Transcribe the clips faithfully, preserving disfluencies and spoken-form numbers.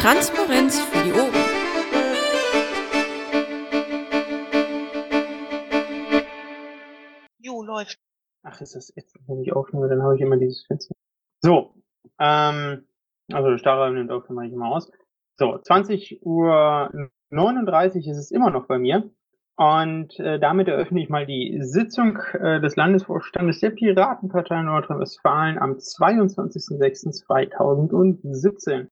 Transparenz für die Ohren. Jo, läuft. Ach, ist das jetzt, wenn ich aufnehme, dann habe ich immer dieses Fenster. So, ähm, also der Starrer nimmt auf, dann mache ich immer aus. So, zwanzig Uhr neununddreißig ist es immer noch bei mir. Und äh, damit eröffne ich mal die Sitzung äh, des Landesvorstandes der Piratenpartei Nordrhein-Westfalen am zweiundzwanzigsten sechsten zweitausendsiebzehn.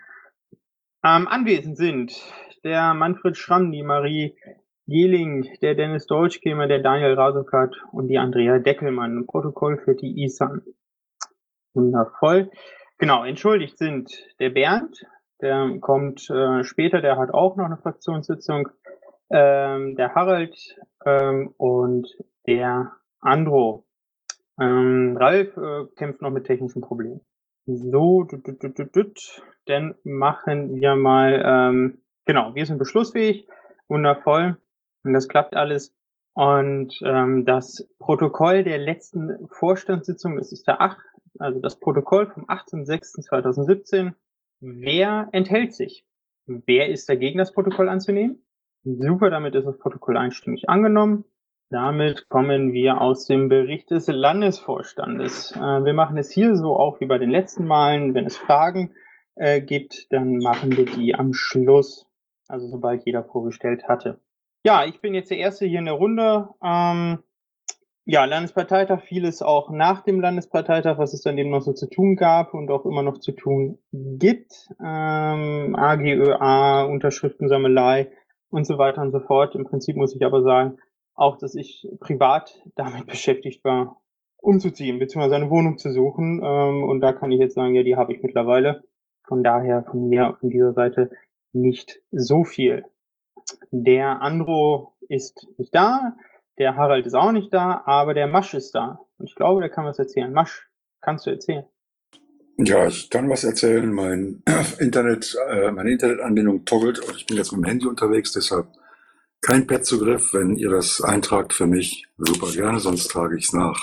Ähm, anwesend sind der Manfred Schramm, die Marie Gehling, der Dennis Deutschkämer, der Daniel Rasukat und die Andrea Deckelmann. Protokoll für die Isan. Wundervoll. Genau, entschuldigt sind der Bernd, der kommt äh, später, der hat auch noch eine Fraktionssitzung, ähm, der Harald ähm, und der Andro. Ähm, Ralf äh, kämpft noch mit technischen Problemen. So, tut, tut, tut, tut, tut. Dann machen wir mal, ähm, genau, wir sind beschlussfähig, wundervoll, und das klappt alles. Und ähm, das Protokoll der letzten Vorstandssitzung, das ist der acht, also das Protokoll vom achtzehnten sechsten zweitausendsiebzehn. Wer enthält sich? Wer ist dagegen, das Protokoll anzunehmen? Super, damit ist das Protokoll einstimmig angenommen. Damit kommen wir aus dem Bericht des Landesvorstandes. Äh, wir machen es hier so auch wie bei den letzten Malen. Wenn es Fragen äh, gibt, dann machen wir die am Schluss, also sobald jeder vorgestellt hatte. Ja, ich bin jetzt der Erste hier in der Runde. Ähm, ja, Landesparteitag, vieles auch nach dem Landesparteitag, was es dann eben noch so zu tun gab und auch immer noch zu tun gibt. Ähm, A G Ö A, Unterschriftensammelei und so weiter und so fort. Im Prinzip muss ich aber sagen, auch, dass ich privat damit beschäftigt war, umzuziehen, beziehungsweise eine Wohnung zu suchen. Ähm, und da kann ich jetzt sagen, ja, die habe ich mittlerweile. Von daher von mir von dieser Seite nicht so viel. Der Andro ist nicht da, der Harald ist auch nicht da, aber der Masch ist da. Und ich glaube, der kann was erzählen. Masch, kannst du erzählen? Ja, ich kann was erzählen. Mein Internet, äh, meine Internetanbindung toggelt und ich bin jetzt mit dem Handy unterwegs, deshalb kein Pad-Zugriff. Wenn ihr das eintragt für mich, super gerne, sonst trage ich es nach.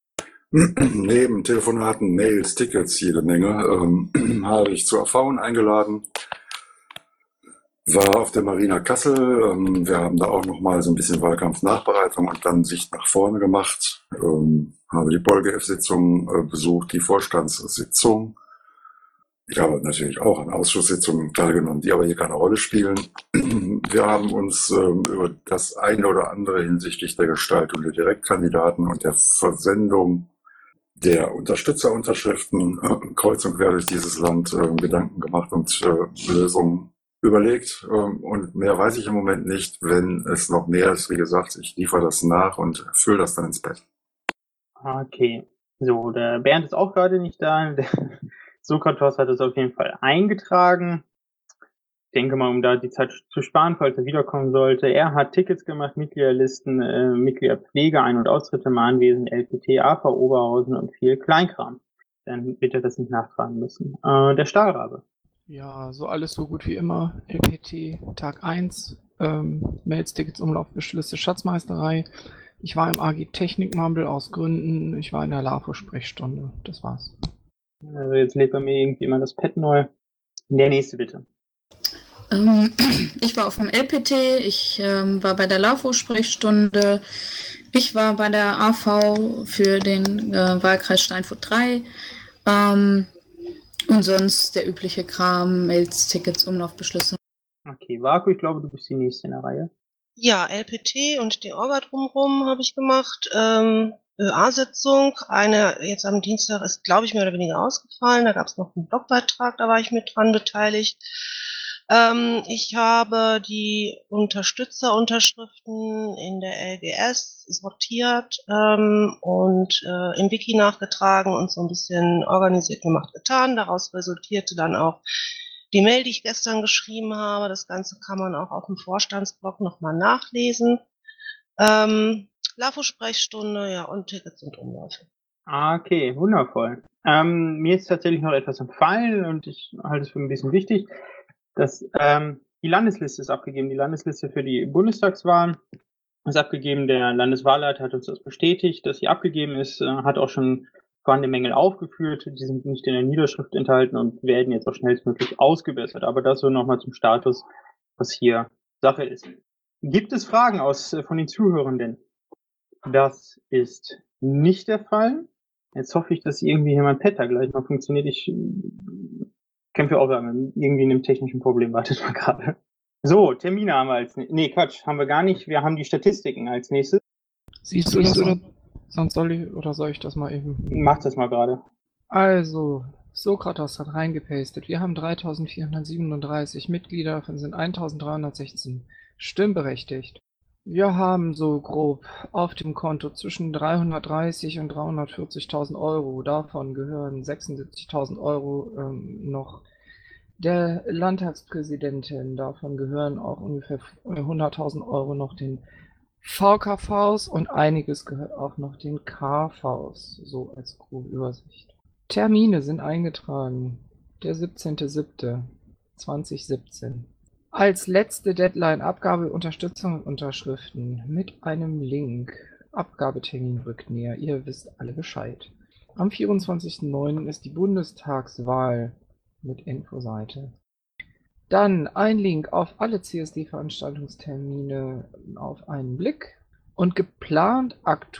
Neben Telefonaten, Mails, Tickets, jede Menge, ähm, habe ich zur A V eingeladen. War auf der Marina Kassel. Ähm, wir haben da auch nochmal so ein bisschen Wahlkampf-Nachbereitung und dann Sicht nach vorne gemacht. Ähm, habe die PolGF-Sitzung äh, besucht, die Vorstandssitzung. Ich habe natürlich auch an Ausschusssitzungen teilgenommen, die aber hier keine Rolle spielen. Wir haben uns ähm, über das eine oder andere hinsichtlich der Gestaltung der Direktkandidaten und der Versendung der Unterstützerunterschriften äh, kreuz und quer durch dieses Land äh, Gedanken gemacht und äh, Lösungen überlegt. Ähm, und mehr weiß ich im Moment nicht. Wenn es noch mehr ist, wie gesagt, ich liefere das nach und fülle das dann ins Bett. Okay. So, der Bernd ist auch gerade nicht da. Der Sokratos hat es auf jeden Fall eingetragen. Ich denke mal, um da die Zeit zu sparen, falls er wiederkommen sollte. Er hat Tickets gemacht, Mitgliederlisten, äh, Mitgliederpflege, Ein- und Austritte, Mahnwesen, L P T, A V Oberhausen und viel Kleinkram. Dann wird er das nicht nachtragen müssen. Äh, der Stahlrabe. Ja, so alles so gut wie immer. L P T Tag eins, ähm, Mails, Tickets, Umlaufbeschlüsse, Schatzmeisterei. Ich war im A G Technikmumble aus Gründen. Ich war in der LAFO-Sprechstunde. Das war's. Also jetzt lädt bei mir irgendwie immer das Pad neu. Der nächste bitte. Ähm, ich war auf dem L P T, ich ähm, war bei der LAFO-Sprechstunde, ich war bei der A V für den äh, Wahlkreis Steinfurt drei ähm, und sonst der übliche Kram, Mails, Tickets, Umlaufbeschlüsse. Okay, Vaku, ich glaube, du bist die nächste in der Reihe. Ja, L P T und die Orga drumherum habe ich gemacht. Ähm, Ö A-Sitzung, eine jetzt am Dienstag ist, glaube ich, mehr oder weniger ausgefallen. Da gab es noch einen Blogbeitrag, da war ich mit dran beteiligt. Ähm, ich habe die Unterstützerunterschriften in der L G S sortiert ähm, und äh, im Wiki nachgetragen und so ein bisschen organisiert gemacht getan. Daraus resultierte dann auch die Mail, die ich gestern geschrieben habe. Das Ganze kann man auch auf dem Vorstandsblog nochmal nachlesen. Ähm, LAFO-Sprechstunde, ja, und Tickets und Umläufe. Okay, wundervoll. Ähm, mir ist tatsächlich noch etwas empfallen und ich halte es für ein bisschen wichtig. dass ähm, die Landesliste ist abgegeben. Die Landesliste für die Bundestagswahlen ist abgegeben. Der Landeswahlleiter hat uns das bestätigt, dass sie abgegeben ist, äh, hat auch schon vorhandene Mängel aufgeführt, die sind nicht in der Niederschrift enthalten und werden jetzt auch schnellstmöglich ausgebessert. Aber das so nochmal zum Status, was hier Sache ist. Gibt es Fragen aus von den Zuhörenden? Das ist nicht der Fall. Jetzt hoffe ich, dass irgendwie hier mein Pad da gleich mal funktioniert. Ich kämpfe auch irgendwie in einem technischen Problem. Wartet mal gerade. So, Termine haben wir als nächstes. Nee, Quatsch, haben wir gar nicht. Wir haben die Statistiken als nächstes. Siehst du das oder sonst soll ich oder soll ich das mal eben? Mach das mal gerade. Also, Sokratos hat reingepastet. Wir haben dreitausendvierhundertsiebenunddreißig Mitglieder, davon sind eintausenddreihundertsechzehn stimmberechtigt. Wir haben so grob auf dem Konto zwischen dreihundertdreißig und dreihundertvierzigtausend Euro. Davon gehören sechsundsiebzigtausend Euro ähm, noch der Landtagspräsidentin. Davon gehören auch ungefähr hunderttausend Euro noch den V K Vs und einiges gehört auch noch den K Vs, so als grobe Übersicht. Termine sind eingetragen, der siebzehnter siebter zweitausendsiebzehn. Als letzte Deadline Abgabe Unterstützung und Unterschriften mit einem Link. Abgabetermin rückt näher, ihr wisst alle Bescheid. Am vierundzwanzigsten neunten ist die Bundestagswahl mit Infoseite. Dann ein Link auf alle C S D-Veranstaltungstermine auf einen Blick. Und geplant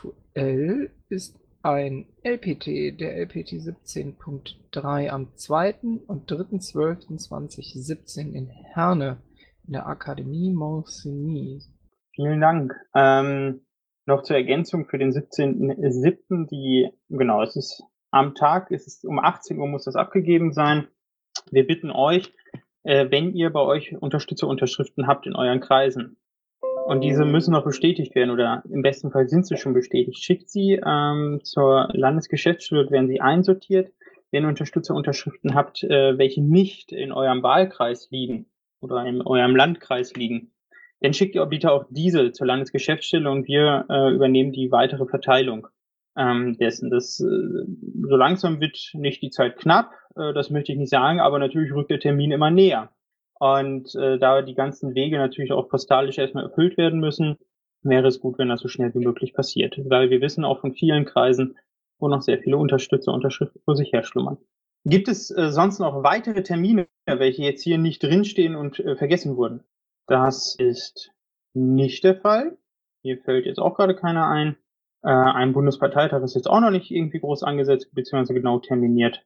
aktuell ist ein L P T, der L P T siebzehn Punkt drei am zweiten und dritten zwölften zweitausendsiebzehn in Herne in der Akademie Montcenis. Vielen Dank. Ähm, noch zur Ergänzung für den siebzehnten siebten die, genau, es ist am Tag, es ist um achtzehn Uhr muss das abgegeben sein. Wir bitten euch, äh, wenn ihr bei euch Unterstützerunterschriften habt in euren Kreisen und diese müssen noch bestätigt werden oder im besten Fall sind sie schon bestätigt, schickt sie ähm, zur Landesgeschäftsstelle und werden sie einsortiert. Wenn ihr Unterstützerunterschriften habt, äh, welche nicht in eurem Wahlkreis liegen oder in eurem Landkreis liegen, dann schickt ihr bitte auch diese zur Landesgeschäftsstelle und wir äh, übernehmen die weitere Verteilung ähm, dessen. Das, äh, so langsam wird nicht die Zeit knapp, äh, das möchte ich nicht sagen, aber natürlich rückt der Termin immer näher. Und äh, da die ganzen Wege natürlich auch postalisch erstmal erfüllt werden müssen, wäre es gut, wenn das so schnell wie möglich passiert. Weil wir wissen auch von vielen Kreisen, wo noch sehr viele Unterstützer Unterschriften vor sich herschlummern. Gibt es äh, sonst noch weitere Termine, welche jetzt hier nicht drinstehen und äh, vergessen wurden? Das ist nicht der Fall. Hier fällt jetzt auch gerade keiner ein. Äh, ein Bundesparteitag ist jetzt auch noch nicht irgendwie groß angesetzt, beziehungsweise genau terminiert.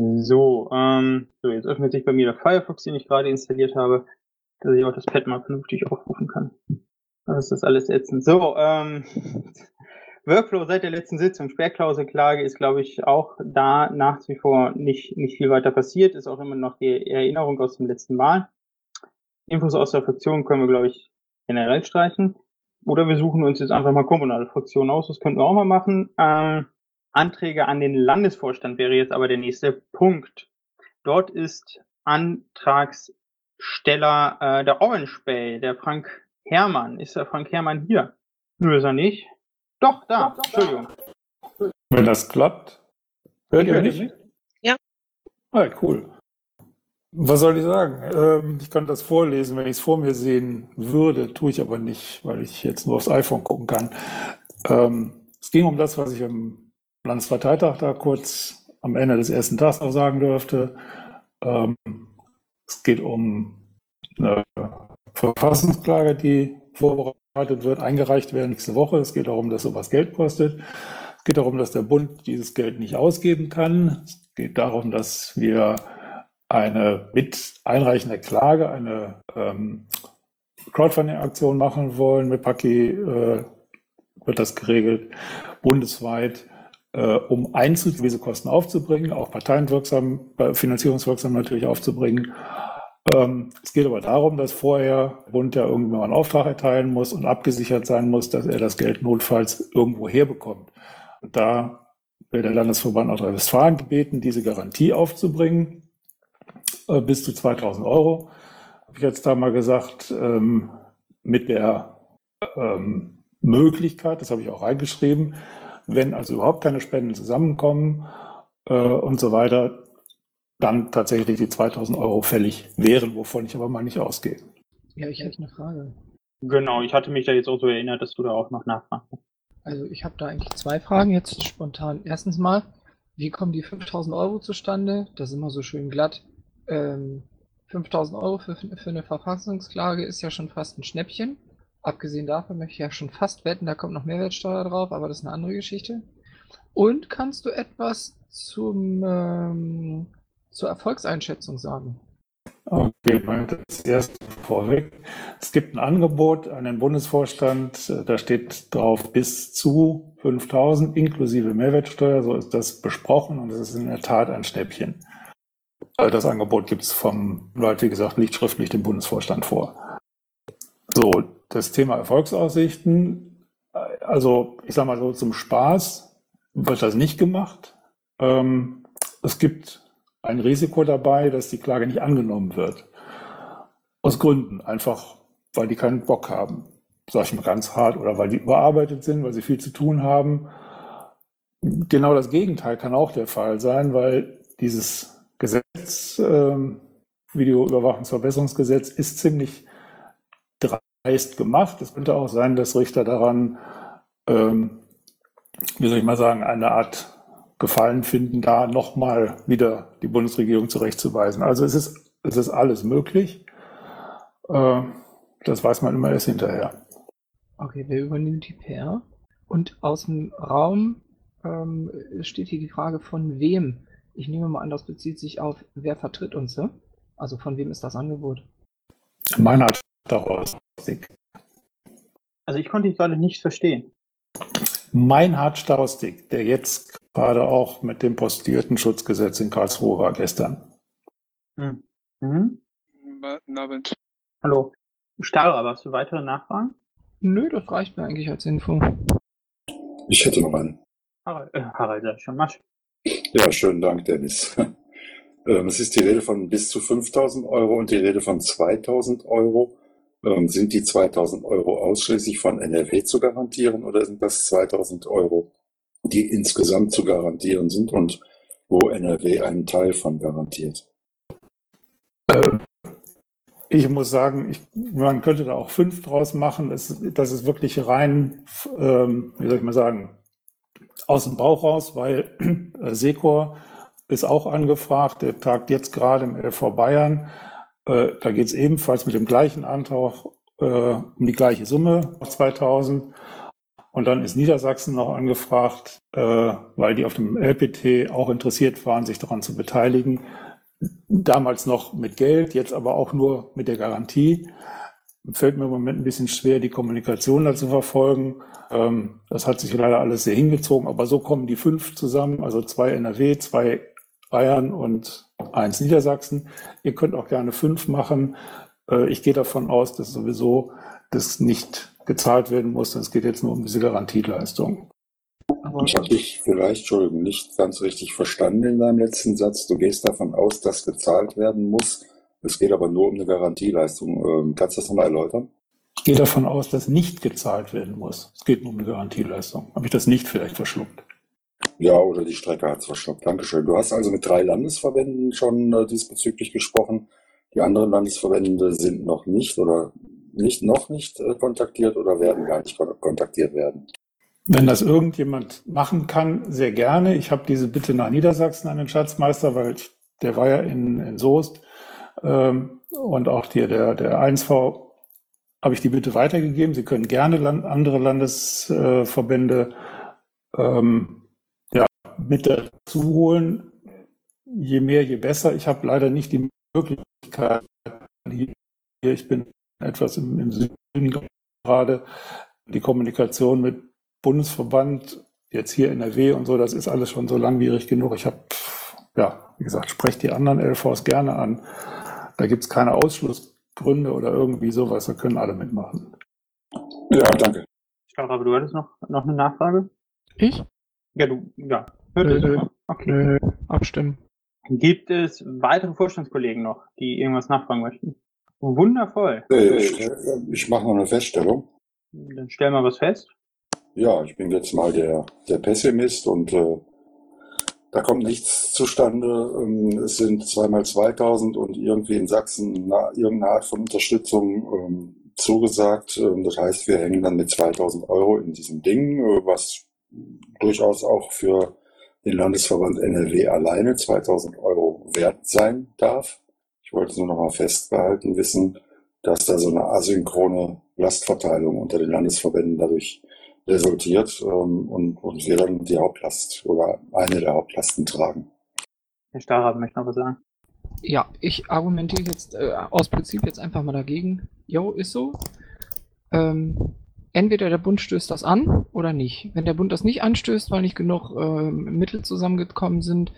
So, ähm, so, jetzt öffnet sich bei mir der Firefox, den ich gerade installiert habe, dass ich auch das Pad mal vernünftig aufrufen kann. Das ist das alles ätzend. So, ähm, Workflow seit der letzten Sitzung. Sperrklauselklage ist, glaube ich, auch da nach wie vor nicht, nicht viel weiter passiert. Ist auch immer noch die Erinnerung aus dem letzten Mal. Infos aus der Fraktion können wir, glaube ich, generell streichen. Oder wir suchen uns jetzt einfach mal kommunale Fraktionen aus. Das könnten wir auch mal machen. Ähm, Anträge an den Landesvorstand wäre jetzt aber der nächste Punkt. Dort ist Antragssteller äh, der Orange Bay, der Frank Herrmann. Ist der Frank Herrmann hier? Nö, ist er nicht. Doch, da. Doch, doch, Entschuldigung. Wenn das klappt. Hört ihr mich? Ja. Ah, cool. Was soll ich sagen? Ähm, ich kann das vorlesen, wenn ich es vor mir sehen würde, tue ich aber nicht, weil ich jetzt nur aufs iPhone gucken kann. Ähm, es ging um das, was ich am Landesparteitag da kurz am Ende des ersten Tages noch sagen dürfte. Ähm, es geht um eine Verfassungsklage, die vorbereitet wird, eingereicht werden nächste Woche. Es geht darum, dass sowas Geld kostet. Es geht darum, dass der Bund dieses Geld nicht ausgeben kann. Es geht darum, dass wir eine mit Einreichen der Klage, eine ähm, Crowdfunding-Aktion machen wollen. Mit Paki äh, wird das geregelt, bundesweit, äh, um einzelne diese Kosten aufzubringen, auch parteienwirksam, äh, finanzierungswirksam natürlich aufzubringen. Ähm, es geht aber darum, dass vorher der Bund ja irgendwann einen Auftrag erteilen muss und abgesichert sein muss, dass er das Geld notfalls irgendwo herbekommt. Und da wird der Landesverband Nordrhein-Westfalen gebeten, diese Garantie aufzubringen. Bis zu zweitausend Euro, habe ich jetzt da mal gesagt, ähm, mit der ähm, Möglichkeit, das habe ich auch reingeschrieben, wenn also überhaupt keine Spenden zusammenkommen äh, und so weiter, dann tatsächlich die zweitausend Euro fällig wären, wovon ich aber mal nicht ausgehe. Ja, ich hätte eine Frage. Genau, ich hatte mich da jetzt auch so erinnert, dass du da auch noch nachfragst. Also ich habe da eigentlich zwei Fragen jetzt spontan. Erstens mal, wie kommen die fünftausend Euro zustande? Das ist immer so schön glatt. Ähm, fünftausend Euro für, für eine Verfassungsklage ist ja schon fast ein Schnäppchen. Abgesehen davon möchte ich ja schon fast wetten, da kommt noch Mehrwertsteuer drauf, aber das ist eine andere Geschichte. Und kannst du etwas zum, ähm, zur Erfolgseinschätzung sagen? Okay, das erste vorweg. Es gibt ein Angebot an den Bundesvorstand, da steht drauf bis zu fünftausend inklusive Mehrwertsteuer, so ist das besprochen und es ist in der Tat ein Schnäppchen. Das Angebot gibt es vom, wie gesagt, nicht schriftlich dem Bundesvorstand vor. So, das Thema Erfolgsaussichten, also ich sage mal so, zum Spaß wird das nicht gemacht. Ähm, es gibt ein Risiko dabei, dass die Klage nicht angenommen wird. Aus Gründen, einfach weil die keinen Bock haben, sage ich mal ganz hart, oder weil die überarbeitet sind, weil sie viel zu tun haben. Genau das Gegenteil kann auch der Fall sein, weil dieses Gesetz, ähm, Videoüberwachungsverbesserungsgesetz, ist ziemlich dreist gemacht. Es könnte auch sein, dass Richter daran, ähm, wie soll ich mal sagen, eine Art Gefallen finden, da nochmal wieder die Bundesregierung zurechtzuweisen. Also es ist, es ist alles möglich. Äh, das weiß man immer erst hinterher. Okay, wer übernimmt die P R? Und aus dem Raum ähm, steht hier die Frage, von wem? Ich nehme mal an, das bezieht sich auf, wer vertritt uns, ja? Also von wem ist das Angebot? Meiner hat daraus. Also ich konnte dich gerade nicht verstehen. Meinhard Staustig, der jetzt gerade auch mit dem Postiertenschutzgesetz in Karlsruhe war gestern. Hm. Mhm. Guten Abend. Hallo. Starrer, hast du weitere Nachfragen? Nö, das reicht mir eigentlich als Info. Ich hätte noch einen. Harald, äh, Harald, sag ich schon, Masch. Ja, schönen Dank, Dennis. Ähm, Es ist die Rede von bis zu fünftausend Euro und die Rede von zweitausend Euro. Ähm, Sind die zweitausend Euro ausschließlich von N R W zu garantieren oder sind das zweitausend Euro, die insgesamt zu garantieren sind und wo N R W einen Teil von garantiert? Äh, Ich muss sagen, ich, man könnte da auch fünf draus machen. Es, das ist wirklich rein, ähm, wie soll ich mal sagen, aus dem Bauch raus, weil äh, Secor ist auch angefragt, der tagt jetzt gerade im L V Bayern. Äh, da geht es ebenfalls mit dem gleichen Antrag äh, um die gleiche Summe, zweitausend. Und dann ist Niedersachsen noch angefragt, äh, weil die auf dem L P T auch interessiert waren, sich daran zu beteiligen. Damals noch mit Geld, jetzt aber auch nur mit der Garantie. Fällt mir im Moment ein bisschen schwer, die Kommunikation da zu verfolgen. Ähm, das hat sich leider alles sehr hingezogen, aber so kommen die fünf zusammen, also zwei N R W, zwei Bayern und eins Niedersachsen. Ihr könnt auch gerne fünf machen. Äh, ich gehe davon aus, dass sowieso das nicht gezahlt werden muss. Es geht jetzt nur um diese Garantieleistung. Aber Ich habe dich vielleicht, Entschuldigung, nicht ganz richtig verstanden in deinem letzten Satz. Du gehst davon aus, dass gezahlt werden muss. Es geht aber nur um eine Garantieleistung. Ähm, Kannst du das nochmal erläutern? Ich gehe davon aus, dass nicht gezahlt werden muss. Es geht nur um eine Garantieleistung. Habe ich das nicht vielleicht verschluckt? Ja, oder die Strecke hat es verschluckt. Dankeschön. Du hast also mit drei Landesverbänden schon äh, diesbezüglich gesprochen. Die anderen Landesverbände sind noch nicht oder nicht noch nicht äh, kontaktiert oder werden gar nicht kon- kontaktiert werden. Wenn das irgendjemand machen kann, sehr gerne. Ich habe diese Bitte nach Niedersachsen an den Schatzmeister, weil ich, der war ja in, in Soest. Ähm, und auch hier der, der eins V habe ich die Bitte weitergegeben. Sie können gerne Land, andere Landesverbände ähm, ja, mit dazu holen. Je mehr, je besser. Ich habe leider nicht die Möglichkeit, hier, ich bin etwas im, im Süden gerade, die Kommunikation mit Bundesverband, jetzt hier N R W und so, das ist alles schon so langwierig genug. Ich habe, ja, wie gesagt, spreche die anderen L Vs gerne an. Da gibt es keine Ausschlussgründe oder irgendwie sowas, da können alle mitmachen. Ja, danke. Starrer, aber du hattest noch, noch eine Nachfrage? ich? Ja, du, ja. Hört Nö, es noch. Okay. Nö, abstimmen. Gibt es weitere Vorstandskollegen noch, die irgendwas nachfragen möchten? Wundervoll. Äh, Ich, äh, ich mache noch eine Feststellung. Dann stellen wir was fest. Ja, ich bin jetzt mal der, der Pessimist und äh, da kommt nichts zustande. Ähm, es sind zweimal zweitausend und irgendwie in Sachsen na, irgendeine Art von Unterstützung ähm, zugesagt. Ähm, das heißt, wir hängen dann mit zweitausend Euro in diesem Ding, äh, was durchaus auch für den Landesverband N R W alleine zweitausend Euro wert sein darf. Ich wollte nur noch mal festgehalten wissen, dass da so eine asynchrone Lastverteilung unter den Landesverbänden dadurch resultiert ähm, und, und wir dann die Hauptlast oder eine der Hauptlasten tragen. Herr Starrad möchte noch was sagen. Ja, ich argumentiere jetzt äh, aus Prinzip jetzt einfach mal dagegen. Jo, ist so. Ähm, entweder der Bund stößt das an oder nicht. Wenn der Bund das nicht anstößt, weil nicht genug ähm, Mittel zusammengekommen sind,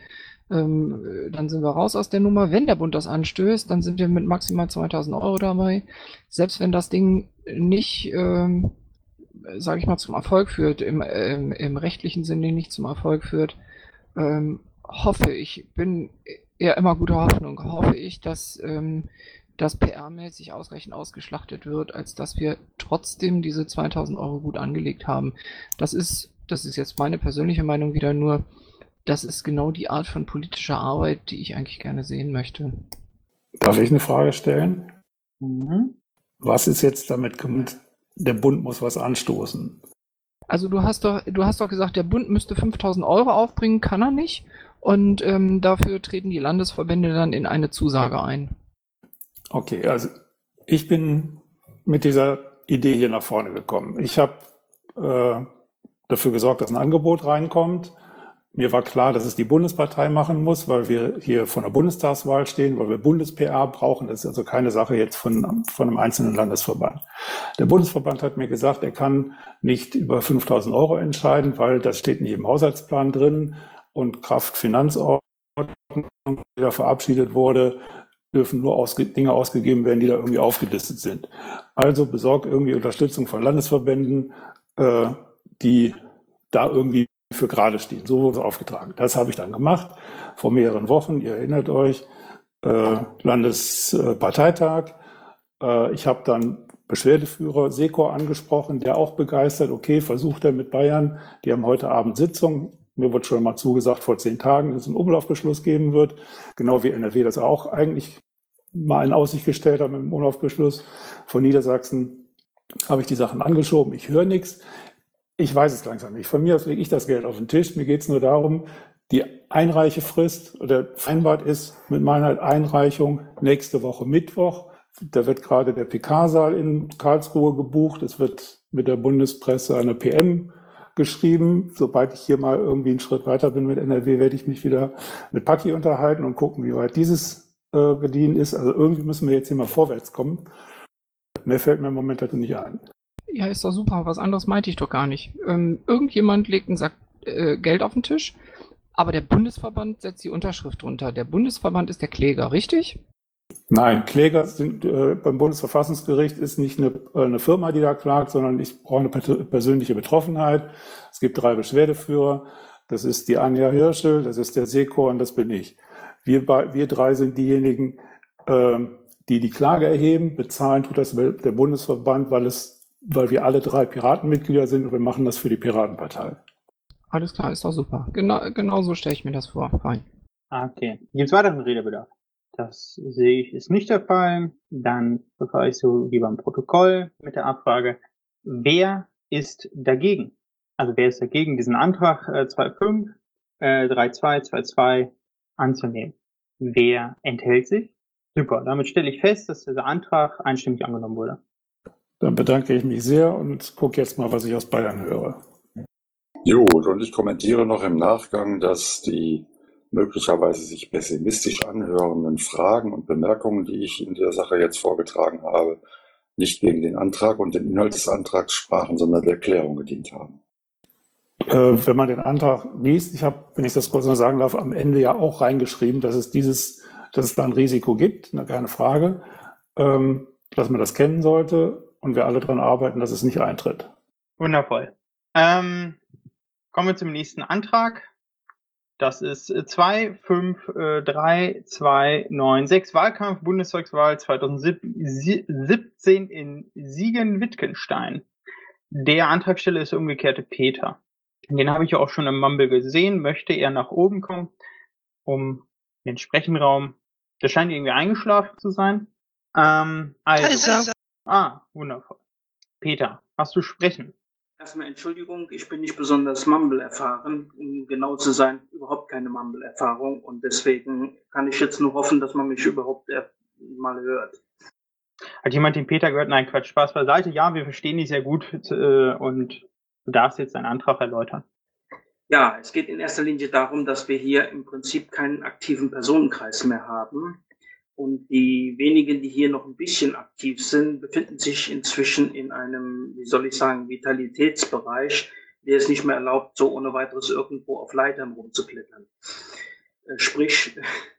ähm, dann sind wir raus aus der Nummer. Wenn der Bund das anstößt, dann sind wir mit maximal zweitausend Euro dabei. Selbst wenn das Ding nicht, ähm, sage ich mal, zum Erfolg führt, im, ähm, im rechtlichen Sinne nicht zum Erfolg führt, ähm, hoffe ich, bin eher immer guter Hoffnung, hoffe ich, dass ähm, das P R-mäßig ausreichend ausgeschlachtet wird, als dass wir trotzdem diese zweitausend Euro gut angelegt haben. Das ist, das ist jetzt meine persönliche Meinung wieder nur, das ist genau die Art von politischer Arbeit, die ich eigentlich gerne sehen möchte. Darf ich eine Frage stellen? Mhm. Was ist jetzt damit gemeint, der Bund muss was anstoßen? Also du hast doch, du hast doch gesagt, der Bund müsste fünftausend Euro aufbringen, kann er nicht. Und ähm, dafür treten die Landesverbände dann in eine Zusage ein. Okay, also ich bin mit dieser Idee hier nach vorne gekommen. Ich habe äh, dafür gesorgt, dass ein Angebot reinkommt. Mir war klar, dass es die Bundespartei machen muss, weil wir hier vor einer Bundestagswahl stehen, weil wir Bundes-P R brauchen. Das ist also keine Sache jetzt von, von einem einzelnen Landesverband. Der Bundesverband hat mir gesagt, er kann nicht über fünftausend Euro entscheiden, weil das steht nicht im Haushaltsplan drin und Kraft Finanzordnung, die da verabschiedet wurde, dürfen nur ausge Dinge ausgegeben werden, die da irgendwie aufgelistet sind. Also besorgt irgendwie Unterstützung von Landesverbänden, äh, die da irgendwie für gerade stehen. So wurde es aufgetragen. Das habe ich dann gemacht vor mehreren Wochen. Ihr erinnert euch, äh, Landesparteitag. Äh, ich habe dann Beschwerdeführer Sekor angesprochen, der auch begeistert, okay, versucht er mit Bayern. Die haben heute Abend Sitzung. Mir wurde schon mal zugesagt vor zehn Tagen, dass es einen Umlaufbeschluss geben wird. Genau wie N R W das auch eigentlich mal in Aussicht gestellt hat mit dem Umlaufbeschluss. Von Niedersachsen habe ich die Sachen angeschoben. Ich höre nichts. Ich weiß es langsam nicht. Von mir aus lege ich das Geld auf den Tisch. Mir geht es nur darum, die Einreichefrist oder vereinbart ist mit meiner Einreichung nächste Woche Mittwoch. Da wird gerade der P K-Saal in Karlsruhe gebucht. Es wird mit der Bundespresse eine P M geschrieben. Sobald ich hier mal irgendwie einen Schritt weiter bin mit N R W, werde ich mich wieder mit Paki unterhalten und gucken, wie weit dieses äh, gediehen ist. Also irgendwie müssen wir jetzt hier mal vorwärts kommen. Mehr fällt mir im Moment halt nicht ein. Ja, ist doch super. Was anderes meinte ich doch gar nicht. Ähm, irgendjemand legt einen Sack äh, Geld auf den Tisch, aber der Bundesverband setzt die Unterschrift drunter. Der Bundesverband ist der Kläger, richtig? Nein, Kläger sind äh, beim Bundesverfassungsgericht ist nicht eine, äh, eine Firma, die da klagt, sondern ich brauche eine persönliche Betroffenheit. Es gibt drei Beschwerdeführer. Das ist die Anja Hirschel, das ist der Sekor und das bin ich. Wir, wir drei sind diejenigen, äh, die die Klage erheben. Bezahlen tut das der Bundesverband, weil es weil wir alle drei Piratenmitglieder sind und wir machen das für die Piratenpartei. Alles klar, ist doch super. Genau, genau so stelle ich mir das vor. Fein. Okay. Gibt es weiteren Redebedarf? Das sehe ich, ist nicht der Fall. Dann verfahre ich so wie beim Protokoll mit der Abfrage. Wer ist dagegen? Also wer ist dagegen, diesen Antrag äh, zwei Punkt fünf, äh, drei Punkt zwei, zwei Punkt zwei anzunehmen? Wer enthält sich? Super, damit stelle ich fest, dass dieser Antrag einstimmig angenommen wurde. Dann bedanke ich mich sehr und gucke jetzt mal, was ich aus Bayern höre. Jo, und ich kommentiere noch im Nachgang, dass die möglicherweise sich pessimistisch anhörenden Fragen und Bemerkungen, die ich in der Sache jetzt vorgetragen habe, nicht gegen den Antrag und den Inhalt des Antrags sprachen, sondern der Erklärung gedient haben. Äh, wenn man den Antrag liest, ich habe, wenn ich das kurz noch sagen darf, am Ende ja auch reingeschrieben, dass es dieses, dass es da ein Risiko gibt, eine keine Frage, ähm, dass man das kennen sollte. Und wir alle daran arbeiten, dass es nicht eintritt. Wundervoll. Ähm, kommen wir zum nächsten Antrag. Das ist zwei fünf drei zwei neun sechs Wahlkampf Bundestagswahl zwanzig siebzehn in Siegen-Wittgenstein. Der Antragsteller ist der umgekehrte Peter. Den habe ich ja auch schon im Mumble gesehen. Möchte er nach oben kommen, um den Sprechenraum. Der scheint irgendwie eingeschlafen zu sein. Ähm, also. Also. Ah, wundervoll. Peter, hast du sprechen? Erstmal Entschuldigung, ich bin nicht besonders Mumble erfahren. Um genau zu sein, überhaupt keine Mumble-Erfahrung. Und deswegen kann ich jetzt nur hoffen, dass man mich überhaupt mal hört. Hat jemand den Peter gehört? Nein, Quatsch, Spaß beiseite. Ja, wir verstehen dich sehr gut äh, und du darfst jetzt deinen Antrag erläutern. Ja, es geht in erster Linie darum, dass wir hier im Prinzip keinen aktiven Personenkreis mehr haben. Und die wenigen, die hier noch ein bisschen aktiv sind, befinden sich inzwischen in einem, wie soll ich sagen, Vitalitätsbereich, der es nicht mehr erlaubt, so ohne weiteres irgendwo auf Leitern rumzuklettern. Äh, sprich,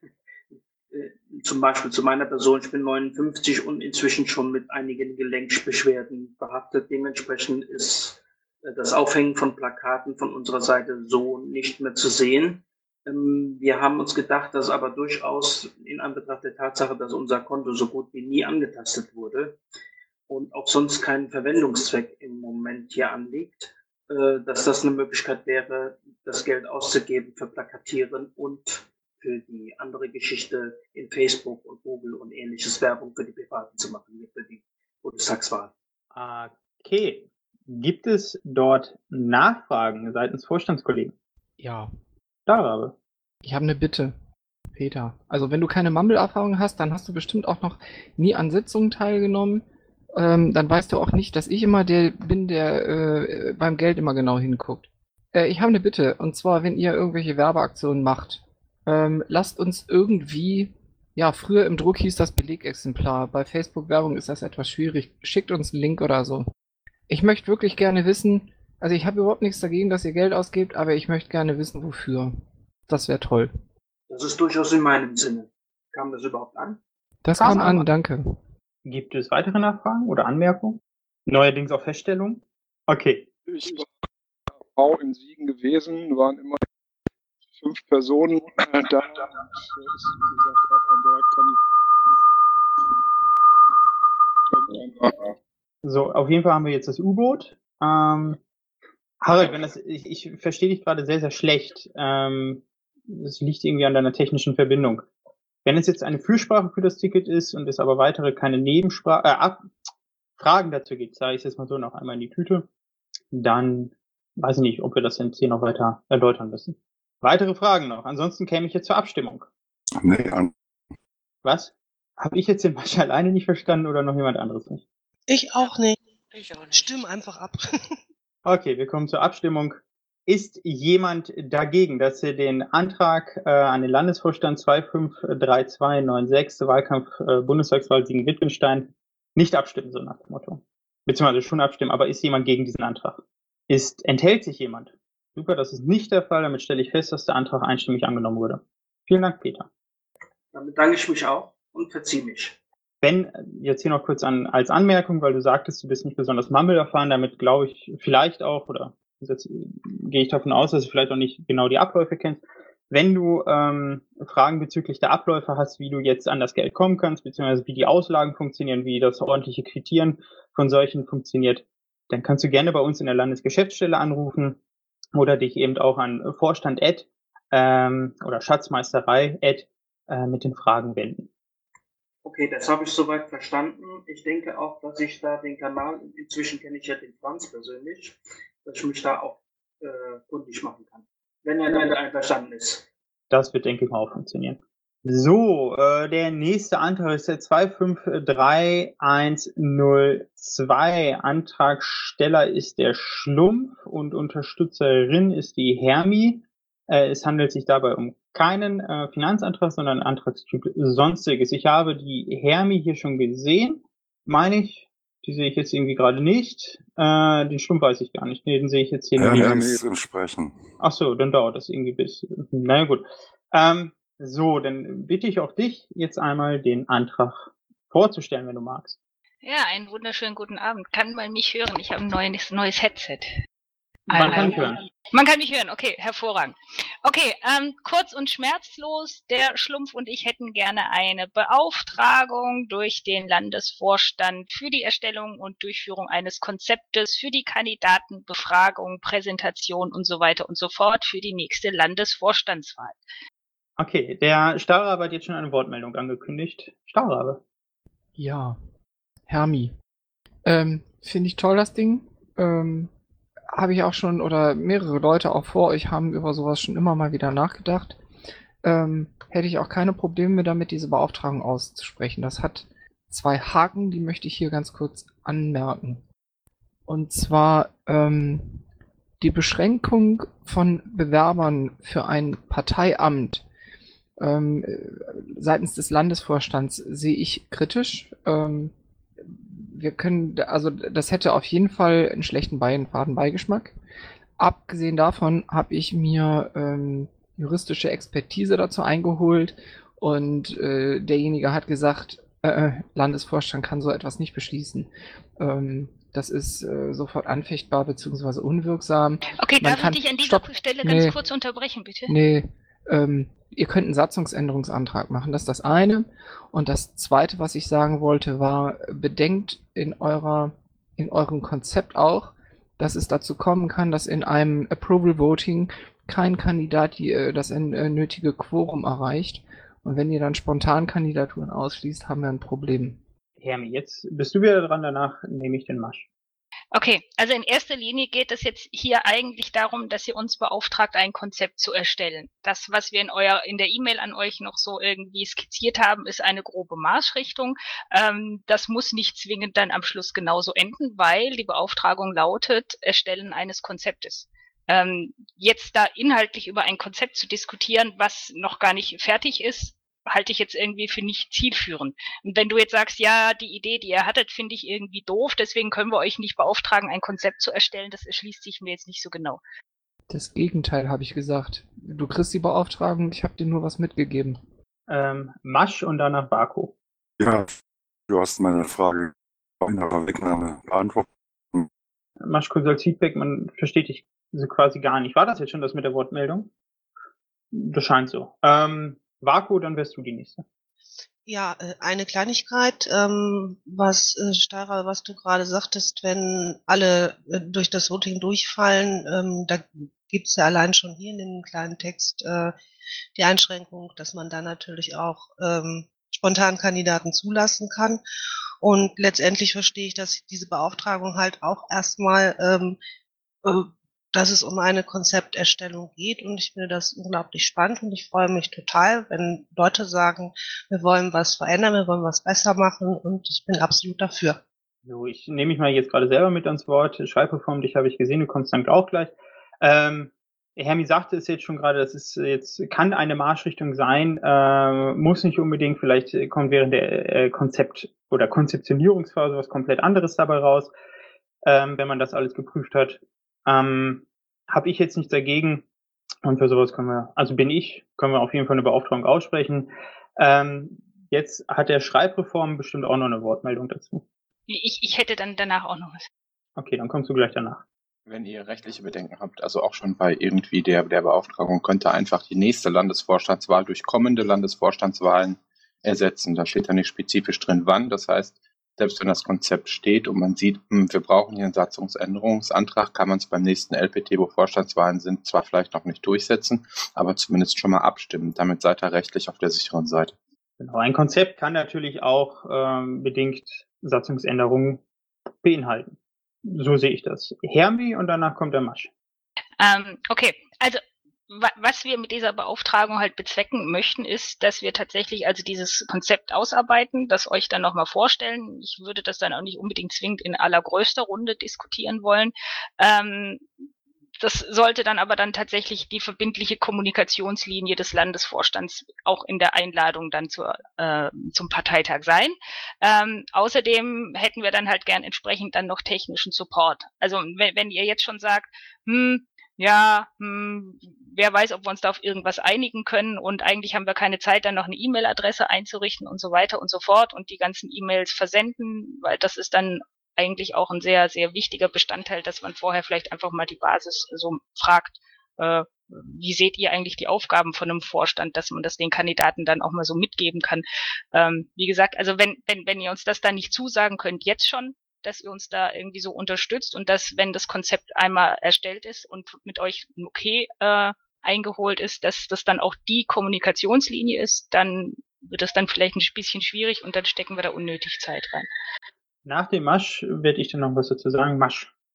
äh, zum Beispiel zu meiner Person, ich bin neunundfünfzig und inzwischen schon mit einigen Gelenkbeschwerden behaftet. Dementsprechend ist äh, das Aufhängen von Plakaten von unserer Seite so nicht mehr zu sehen. Wir haben uns gedacht, dass aber durchaus in Anbetracht der Tatsache, dass unser Konto so gut wie nie angetastet wurde und auch sonst kein Verwendungszweck im Moment hier anliegt, dass das eine Möglichkeit wäre, das Geld auszugeben für Plakatieren und für die andere Geschichte in Facebook und Google und ähnliches Werbung für die Privaten zu machen, für die Bundestagswahl. Okay. Gibt es dort Nachfragen seitens Vorstandskollegen? Ja. Starabe. Ich habe eine Bitte, Peter. Also wenn du keine Mumble-Erfahrung hast, dann hast du bestimmt auch noch nie an Sitzungen teilgenommen. Ähm, dann weißt du auch nicht, dass ich immer der bin, der äh, beim Geld immer genau hinguckt. Äh, ich habe eine Bitte, und zwar, wenn ihr irgendwelche Werbeaktionen macht, ähm, lasst uns irgendwie, ja, früher im Druck hieß das Belegexemplar. Bei Facebook-Werbung ist das etwas schwierig. Schickt uns einen Link oder so. Ich möchte wirklich gerne wissen, also ich habe überhaupt nichts dagegen, dass ihr Geld ausgebt, aber ich möchte gerne wissen, wofür. Das wäre toll. Das ist durchaus in meinem Sinne. Kam das überhaupt an? Das kam, kam an, danke. Gibt es weitere Nachfragen oder Anmerkungen? Neuerdings auch Feststellungen? Okay. Ich war Frau in Siegen gewesen, waren immer fünf Personen äh, da. Und, äh, ist, wie gesagt, auch ein Kandidat. So, auf jeden Fall haben wir jetzt das U-Boot. Ähm, Harald, wenn das, ich, ich verstehe dich gerade sehr, sehr schlecht. Ähm, das liegt irgendwie an deiner technischen Verbindung. Wenn es jetzt eine Fürsprache für das Ticket ist und es aber weitere keine Nebensprache, äh, Ab Fragen dazu gibt, sage ich es jetzt mal so noch einmal in die Tüte, dann weiß ich nicht, ob wir das jetzt hier noch weiter erläutern müssen. Weitere Fragen noch? Ansonsten käme ich jetzt zur Abstimmung. Nee, an. Was? Habe ich jetzt den Match alleine nicht verstanden oder noch jemand anderes nicht? Ich auch nicht. Ich auch nicht. Stimm einfach ab. Okay, wir kommen zur Abstimmung. Ist jemand dagegen, dass er den Antrag äh, an den Landesvorstand zwei fünf drei zwei neun sechs Wahlkampf äh, Bundestagswahl Siegen-Wittgenstein nicht abstimmen soll, nach dem Motto? Beziehungsweise schon abstimmen, aber ist jemand gegen diesen Antrag? Ist, enthält sich jemand? Super, das ist nicht der Fall. Damit stelle ich fest, dass der Antrag einstimmig angenommen wurde. Vielen Dank, Peter. Damit danke ich mich auch und verziehe mich. Ben, jetzt hier noch kurz an, als Anmerkung, weil du sagtest, du bist nicht besonders Mumble erfahren, damit glaube ich vielleicht auch, oder jetzt gehe ich davon aus, dass du vielleicht auch nicht genau die Abläufe kennst. Wenn du ähm, Fragen bezüglich der Abläufe hast, wie du jetzt an das Geld kommen kannst, beziehungsweise wie die Auslagen funktionieren, wie das ordentliche Quittieren von solchen funktioniert, dann kannst du gerne bei uns in der Landesgeschäftsstelle anrufen oder dich eben auch an Vorstand Ed ähm, oder Schatzmeisterei Ed äh, mit den Fragen wenden. Okay, das habe ich soweit verstanden. Ich denke auch, dass ich da den Kanal, inzwischen kenne ich ja den Franz persönlich, dass ich mich da auch äh, kundig machen kann, wenn er damit einverstanden ist. Das wird, denke ich mal, auch funktionieren. So, äh, der nächste Antrag ist der zwei fünf drei eins null zwei. Antragsteller ist der Schlumpf und Unterstützerin ist die Hermi. Äh, es handelt sich dabei um keinen äh, Finanzantrag, sondern Antragstyp Sonstiges. Ich habe die Hermi hier schon gesehen, meine ich. Die sehe ich jetzt irgendwie gerade nicht. Äh, den Schlumpf weiß ich gar nicht. Nee, den sehe ich jetzt hier Ja, nicht. Hermi ist im Sprechen. Ach so, dann dauert das irgendwie bis. Naja, gut. Ähm, so, dann bitte ich auch dich, jetzt einmal den Antrag vorzustellen, wenn du magst. Ja, einen wunderschönen guten Abend. Kann man mich hören? Ich habe ein neues, neues Headset. Man kann mich hören. Man kann mich hören, okay, hervorragend. Okay, ähm, kurz und schmerzlos, der Schlumpf und ich hätten gerne eine Beauftragung durch den Landesvorstand für die Erstellung und Durchführung eines Konzeptes für die Kandidatenbefragung, Präsentation und so weiter und so fort für die nächste Landesvorstandswahl. Okay, der Stahlrabe hat jetzt schon eine Wortmeldung angekündigt. Stahlrabe. Ja, Hermi. Ähm, finde ich toll, das Ding. Ähm, habe ich auch schon, oder mehrere Leute auch vor euch haben über sowas schon immer mal wieder nachgedacht. Ähm, hätte ich auch keine Probleme damit, diese Beauftragung auszusprechen. Das hat zwei Haken, die möchte ich hier ganz kurz anmerken. Und zwar ähm, die Beschränkung von Bewerbern für ein Parteiamt ähm, seitens des Landesvorstands sehe ich kritisch. Ähm, wir können, also das hätte auf jeden Fall einen schlechten Fadenbeigeschmack. Abgesehen davon habe ich mir ähm, juristische Expertise dazu eingeholt und äh, derjenige hat gesagt, äh, Landesvorstand kann so etwas nicht beschließen. Ähm, das ist äh, sofort anfechtbar bzw. unwirksam. Okay, Man darf kann, ich dich an dieser stopp, Stelle nee, ganz kurz unterbrechen, bitte? Nee, ähm, ihr könnt einen Satzungsänderungsantrag machen, das ist das eine. Und das zweite, was ich sagen wollte, war, bedenkt in eurer, in eurem Konzept auch, dass es dazu kommen kann, dass in einem Approval Voting kein Kandidat die, äh, das äh, nötige Quorum erreicht. Und wenn ihr dann spontan Kandidaturen ausschließt, haben wir ein Problem. Hermi, jetzt bist du wieder dran, danach nehme ich den Masch. Okay, also in erster Linie geht es jetzt hier eigentlich darum, dass ihr uns beauftragt, ein Konzept zu erstellen. Das, was wir in euer, in der E-Mail an euch noch so irgendwie skizziert haben, ist eine grobe Marschrichtung. Ähm, das muss nicht zwingend dann am Schluss genauso enden, weil die Beauftragung lautet, Erstellen eines Konzeptes. Ähm, jetzt da inhaltlich über ein Konzept zu diskutieren, was noch gar nicht fertig ist, halte ich jetzt irgendwie für nicht zielführend. Und wenn du jetzt sagst, ja, die Idee, die ihr hattet, finde ich irgendwie doof, deswegen können wir euch nicht beauftragen, ein Konzept zu erstellen, das erschließt sich mir jetzt nicht so genau. Das Gegenteil habe ich gesagt. Du kriegst die Beauftragung, ich habe dir nur was mitgegeben. Ähm, Masch und danach Vaku. Ja, du hast meine Frage in der Wegnahme beantwortet. Masch kurz als Feedback, man versteht dich so quasi gar nicht. War das jetzt schon das mit der Wortmeldung? Das scheint so. Ähm, Vaku, dann wärst du die Nächste. Ja, äh, eine Kleinigkeit, ähm, was, äh, Stara, was du gerade sagtest, wenn alle äh, durch das Voting durchfallen, ähm, da gibt's ja allein schon hier in dem kleinen Text äh, die Einschränkung, dass man da natürlich auch ähm, spontan Kandidaten zulassen kann. Und letztendlich verstehe ich, dass diese Beauftragung halt auch erstmal ähm, äh, dass es um eine Konzepterstellung geht und ich finde das unglaublich spannend und ich freue mich total, wenn Leute sagen, wir wollen was verändern, wir wollen was besser machen und ich bin absolut dafür. So, ich nehme mich mal jetzt gerade selber mit ans Wort. Schreibreform, dich habe ich gesehen, du kommst dann auch gleich. Ähm, Hermi sagte es jetzt schon gerade, das ist jetzt, kann eine Marschrichtung sein, äh, muss nicht unbedingt, vielleicht kommt während der äh, Konzept- oder Konzeptionierungsphase was komplett anderes dabei raus, ähm, wenn man das alles geprüft hat. Ähm, habe ich jetzt nichts dagegen und für sowas können wir, also bin ich, können wir auf jeden Fall eine Beauftragung aussprechen. Ähm, jetzt hat der Schreibreform bestimmt auch noch eine Wortmeldung dazu. Ich, ich hätte dann danach auch noch was. Okay, dann kommst du gleich danach. Wenn ihr rechtliche Bedenken habt, also auch schon bei irgendwie der, der Beauftragung, könnt ihr einfach die nächste Landesvorstandswahl durch kommende Landesvorstandswahlen ersetzen. Da steht ja nicht spezifisch drin, wann. Das heißt, selbst wenn das Konzept steht und man sieht, wir brauchen hier einen Satzungsänderungsantrag, kann man es beim nächsten L P T, wo Vorstandswahlen sind, zwar vielleicht noch nicht durchsetzen, aber zumindest schon mal abstimmen. Damit seid ihr rechtlich auf der sicheren Seite. Genau, ein Konzept kann natürlich auch ähm, bedingt Satzungsänderungen beinhalten. So sehe ich das. Hermi und danach kommt der Masch. Ähm, okay, also was wir mit dieser Beauftragung halt bezwecken möchten, ist, dass wir tatsächlich also dieses Konzept ausarbeiten, das euch dann nochmal vorstellen. Ich würde das dann auch nicht unbedingt zwingend in allergrößter Runde diskutieren wollen. Ähm, das sollte dann aber dann tatsächlich die verbindliche Kommunikationslinie des Landesvorstands auch in der Einladung dann zur, äh, zum Parteitag sein. Ähm, außerdem hätten wir dann halt gern entsprechend dann noch technischen Support. Also wenn, wenn ihr jetzt schon sagt, hm, ja, hm, wer weiß, ob wir uns da auf irgendwas einigen können und eigentlich haben wir keine Zeit, dann noch eine E-Mail-Adresse einzurichten und so weiter und so fort und die ganzen E-Mails versenden, weil das ist dann eigentlich auch ein sehr, sehr wichtiger Bestandteil, dass man vorher vielleicht einfach mal die Basis so fragt, äh, wie seht ihr eigentlich die Aufgaben von einem Vorstand, dass man das den Kandidaten dann auch mal so mitgeben kann. Ähm, wie gesagt, also wenn, wenn, wenn ihr uns das da nicht zusagen könnt, jetzt schon, dass ihr uns da irgendwie so unterstützt und dass, wenn das Konzept einmal erstellt ist und mit euch ein Okay äh, eingeholt ist, dass das dann auch die Kommunikationslinie ist, dann wird das dann vielleicht ein bisschen schwierig und dann stecken wir da unnötig Zeit rein. Nach dem Masch werde ich dann noch was dazu sagen. Masch.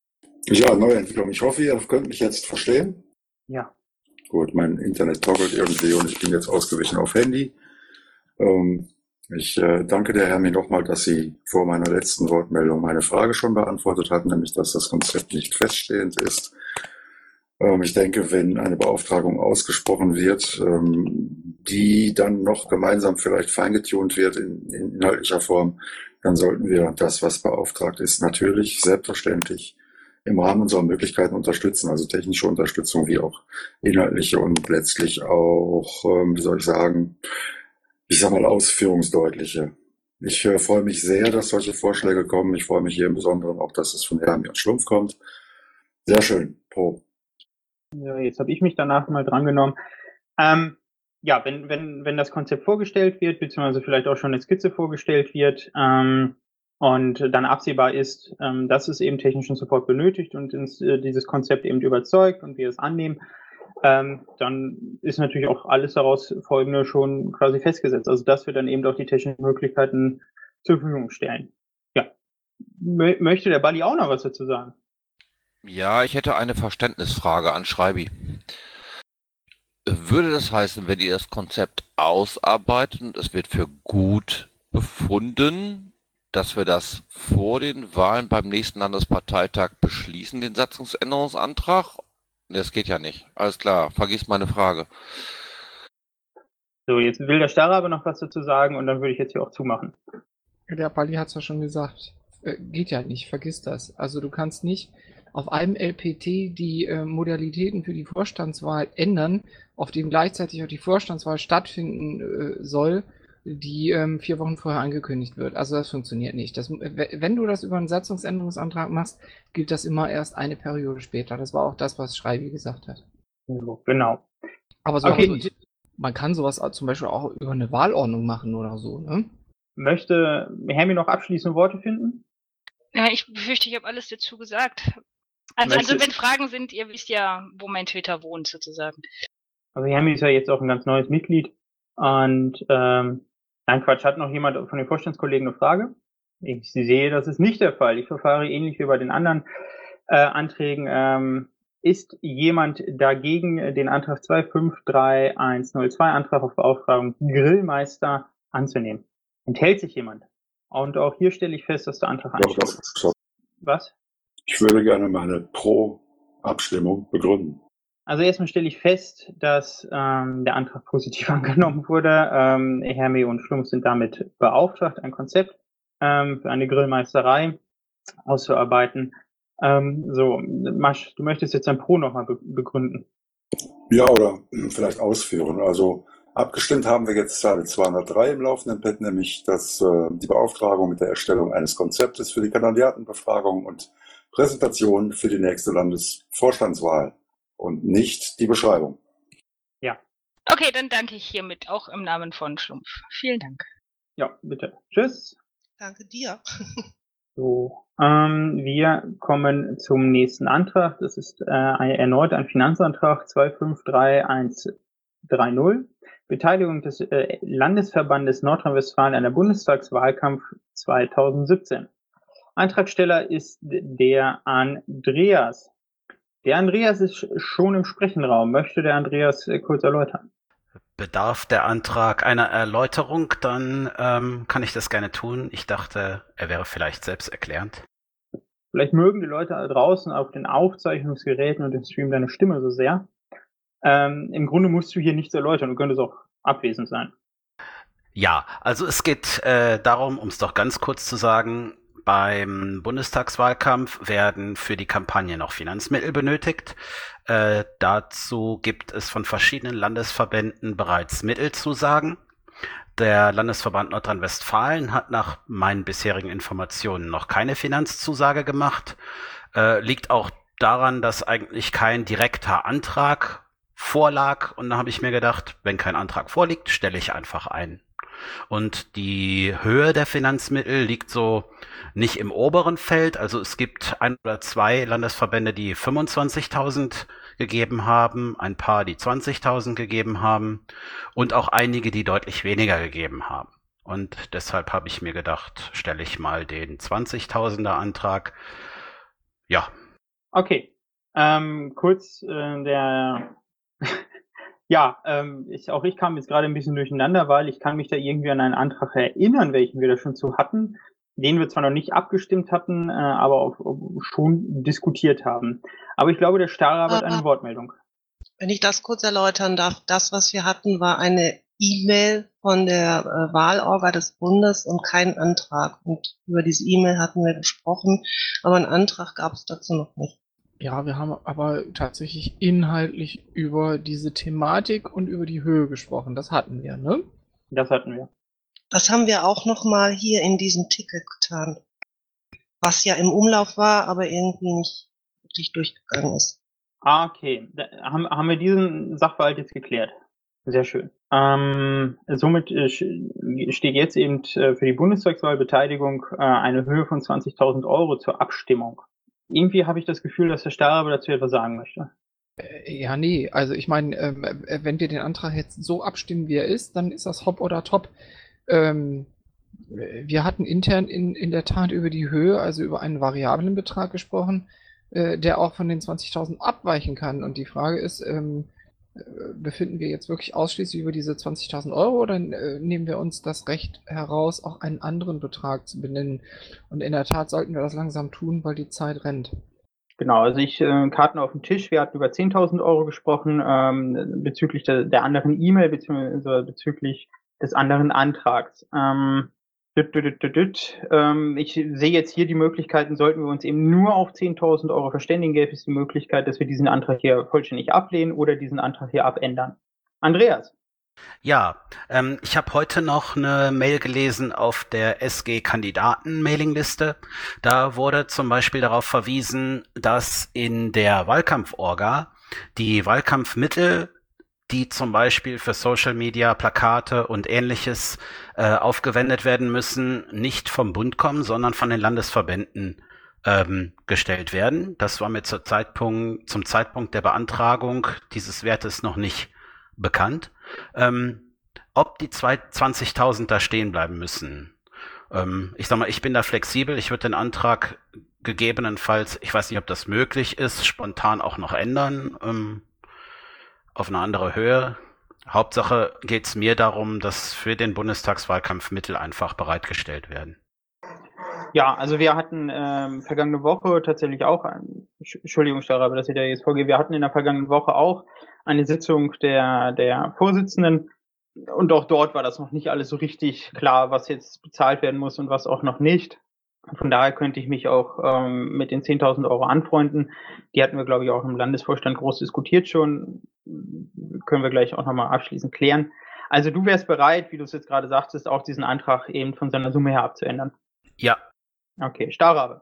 Ja, neue Entwicklung. Ich hoffe, ihr könnt mich jetzt verstehen. Ja. Gut, mein Internet toggelt irgendwie und ich bin jetzt ausgewichen auf Handy. Ähm, ich äh, danke der Hermi nochmal, dass sie vor meiner letzten Wortmeldung meine Frage schon beantwortet hat, nämlich dass das Konzept nicht feststehend ist. Ähm, ich denke, wenn eine Beauftragung ausgesprochen wird, ähm, die dann noch gemeinsam vielleicht feingetunt wird in, in inhaltlicher Form, dann sollten wir das, was beauftragt ist, natürlich selbstverständlich im Rahmen unserer Möglichkeiten unterstützen, also technische Unterstützung wie auch inhaltliche und letztlich auch, ähm, wie soll ich sagen, ich sag mal ausführungsdeutliche. Ich äh, freue mich sehr, dass solche Vorschläge kommen. Ich freue mich hier im Besonderen auch, dass es von Hermi und Schlumpf kommt. Sehr schön. Pro. Ja, jetzt habe ich mich danach mal dran genommen. Ähm, ja, wenn, wenn, wenn das Konzept vorgestellt wird, beziehungsweise vielleicht auch schon eine Skizze vorgestellt wird, ähm, und dann absehbar ist, ähm, dass es eben technischen Support benötigt und uns äh, dieses Konzept eben überzeugt und wir es annehmen, ähm, dann ist natürlich auch alles daraus Folgende schon quasi festgesetzt. Also dass wir dann eben auch die technischen Möglichkeiten zur Verfügung stellen. Ja. Mö- möchte der Balli auch noch was dazu sagen? Ja, ich hätte eine Verständnisfrage an Schreibi. Würde das heißen, wenn ihr das Konzept ausarbeitet und es wird für gut befunden, dass wir das vor den Wahlen beim nächsten Landesparteitag beschließen, den Satzungsänderungsantrag? Das geht ja nicht. Alles klar, vergiss meine Frage. So, jetzt will der Starre aber noch was dazu sagen und dann würde ich jetzt hier auch zumachen. Der Balli hat es ja schon gesagt. Äh, geht ja nicht, vergiss das. Also du kannst nicht auf einem L P T die äh, Modalitäten für die Vorstandswahl ändern, auf dem gleichzeitig auch die Vorstandswahl stattfinden äh, soll, die ähm, vier Wochen vorher angekündigt wird. Also das funktioniert nicht. Das, wenn du das über einen Satzungsänderungsantrag machst, gilt das immer erst eine Periode später. Das war auch das, was Schreibi gesagt hat. Genau. Aber so Okay. also, man kann sowas zum Beispiel auch über eine Wahlordnung machen oder so, ne? Möchte Hermi noch abschließende Worte finden? Ja, ich befürchte, ich habe alles dazu gesagt. Also, Möchte- also wenn Fragen sind, ihr wisst ja, wo mein Twitter wohnt, sozusagen. Also Hermi ist ja jetzt auch ein ganz neues Mitglied. Und ähm, nein, Quatsch, hat noch jemand von den Vorstandskollegen eine Frage? Ich sehe, das ist nicht der Fall. Ich verfahre ähnlich wie bei den anderen äh, Anträgen. Ähm, ist jemand dagegen, den Antrag zwei fünf drei eins null zwei, Antrag auf Beauftragung Grillmeister, anzunehmen? Enthält sich jemand? Und auch hier stelle ich fest, dass der Antrag Doch, ansteht. das ist so. Was? Ich würde gerne meine Pro-Abstimmung begründen. Also erstmal stelle ich fest, dass ähm, der Antrag positiv angenommen wurde. Ähm, Hermi und Schlumpf sind damit beauftragt, ein Konzept ähm, für eine Grillmeisterei auszuarbeiten. Ähm, so, Masch, du möchtest jetzt ein Pro nochmal be begründen. Ja, oder vielleicht ausführen. Also abgestimmt haben wir jetzt Zeile zweihundertdrei im laufenden Pad, nämlich dass äh, die Beauftragung mit der Erstellung eines Konzeptes für die Kandidatenbefragung und Präsentation für die nächste Landesvorstandswahl und nicht die Beschreibung. Ja. Okay, dann danke ich hiermit auch im Namen von Schlumpf. Vielen Dank. Ja, bitte. Tschüss. Danke dir. So, ähm, wir kommen zum nächsten Antrag. Das ist äh, ein, erneut ein Finanzantrag zwei fünf drei eins drei null. Beteiligung des äh, Landesverbandes Nordrhein-Westfalen an der Bundestagswahlkampf zweitausendsiebzehn. Antragsteller ist der Andreas. Der Andreas ist schon im Sprechenraum. Möchte der Andreas äh, kurz erläutern? Bedarf der Antrag einer Erläuterung, dann ähm, kann ich das gerne tun. Ich dachte, er wäre vielleicht selbsterklärend. Vielleicht mögen die Leute da draußen auf den Aufzeichnungsgeräten und dem Stream deine Stimme so sehr. Ähm, Im Grunde musst du hier nichts erläutern, du könntest auch abwesend sein. Ja, also es geht äh, darum, um es doch ganz kurz zu sagen, beim Bundestagswahlkampf werden für die Kampagne noch Finanzmittel benötigt. Äh, dazu gibt es von verschiedenen Landesverbänden bereits Mittelzusagen. Der Landesverband Nordrhein-Westfalen hat nach meinen bisherigen Informationen noch keine Finanzzusage gemacht. Äh, liegt auch daran, dass eigentlich kein direkter Antrag vorlag. Und da habe ich mir gedacht, wenn kein Antrag vorliegt, stelle ich einfach ein. Und die Höhe der Finanzmittel liegt so nicht im oberen Feld. Also es gibt ein oder zwei Landesverbände, die fünfundzwanzigtausend gegeben haben, ein paar, die zwanzigtausend gegeben haben und auch einige, die deutlich weniger gegeben haben. Und deshalb habe ich mir gedacht, stelle ich mal den zwanzigtausender Antrag. Ja. Okay. Ähm, kurz äh, der ja, ähm, ich, auch ich kam jetzt gerade ein bisschen durcheinander, weil ich kann mich da irgendwie an einen Antrag erinnern, welchen wir da schon zu hatten, den wir zwar noch nicht abgestimmt hatten, äh, aber auch, auch schon diskutiert haben. Aber ich glaube, der Stahlrabe hat eine Wortmeldung. Wenn ich das kurz erläutern darf, das, was wir hatten, war eine E-Mail von der äh, Wahlorga des Bundes und kein Antrag. Und über diese E-Mail hatten wir gesprochen, aber einen Antrag gab es dazu noch nicht. Ja, wir haben aber tatsächlich inhaltlich über diese Thematik und über die Höhe gesprochen. Das hatten wir, ne? Das hatten wir. Das haben wir auch noch mal hier in diesem Ticket getan, was ja im Umlauf war, aber irgendwie nicht wirklich durchgegangen ist. Ah, okay. Da haben, haben wir diesen Sachverhalt jetzt geklärt. Sehr schön. Ähm, somit äh, steht jetzt eben äh, für die Bundestagswahlbeteiligung äh, eine Höhe von zwanzigtausend Euro zur Abstimmung. Irgendwie habe ich das Gefühl, dass der Stahlrabe dazu etwas sagen möchte. Äh, ja, nee, also ich meine, ähm, äh, wenn wir den Antrag jetzt so abstimmen, wie er ist, dann ist das hopp oder top. Ähm, wir hatten intern in, in der Tat über die Höhe, also über einen variablen Betrag gesprochen, äh, der auch von den zwanzigtausend abweichen kann. Und die Frage ist, ähm, befinden wir jetzt wirklich ausschließlich über diese zwanzigtausend Euro oder äh, nehmen wir uns das Recht heraus, auch einen anderen Betrag zu benennen? Und in der Tat sollten wir das langsam tun, weil die Zeit rennt. Genau, also ich äh, Karten auf dem Tisch, wir hatten über zehntausend Euro gesprochen ähm, bezüglich der, der anderen E-Mail beziehungsweise bezüglich des anderen Antrags. Ähm, düt, düt, düt, düt. Ähm, ich sehe jetzt hier die Möglichkeiten, sollten wir uns eben nur auf zehntausend Euro verständigen, gäbe es die Möglichkeit, dass wir diesen Antrag hier vollständig ablehnen oder diesen Antrag hier abändern. Andreas? Ja, ähm, ich habe heute noch eine Mail gelesen auf der S G-Kandidaten-Mailingliste. Da wurde zum Beispiel darauf verwiesen, dass in der Wahlkampforga die Wahlkampfmittel, die zum Beispiel für Social Media, Plakate und Ähnliches äh, aufgewendet werden müssen, nicht vom Bund kommen, sondern von den Landesverbänden ähm, gestellt werden. Das war mir zur Zeitpunkt, zum Zeitpunkt der Beantragung dieses Wertes noch nicht bekannt. Ähm, ob die zwanzigtausend da stehen bleiben müssen. Ähm, ich sag mal, ich bin da flexibel. Ich würde den Antrag gegebenenfalls, ich weiß nicht, ob das möglich ist, spontan auch noch ändern. Ähm, auf eine andere Höhe. Hauptsache geht es mir darum, dass für den Bundestagswahlkampf Mittel einfach bereitgestellt werden. Ja, also wir hatten ähm, vergangene Woche tatsächlich auch, ein, Entschuldigung, Stahlrabe, dass ich da jetzt vorgehe, wir hatten in der vergangenen Woche auch eine Sitzung der, der Vorsitzenden und auch dort war das noch nicht alles so richtig klar, was jetzt bezahlt werden muss und was auch noch nicht. Von daher könnte ich mich auch ähm, mit den zehntausend Euro anfreunden. Die hatten wir, glaube ich, auch im Landesvorstand groß diskutiert schon. Können wir gleich auch nochmal abschließend klären. Also du wärst bereit, wie du es jetzt gerade sagtest, auch diesen Antrag eben von seiner Summe her abzuändern? Ja. Okay, Stahlrabe.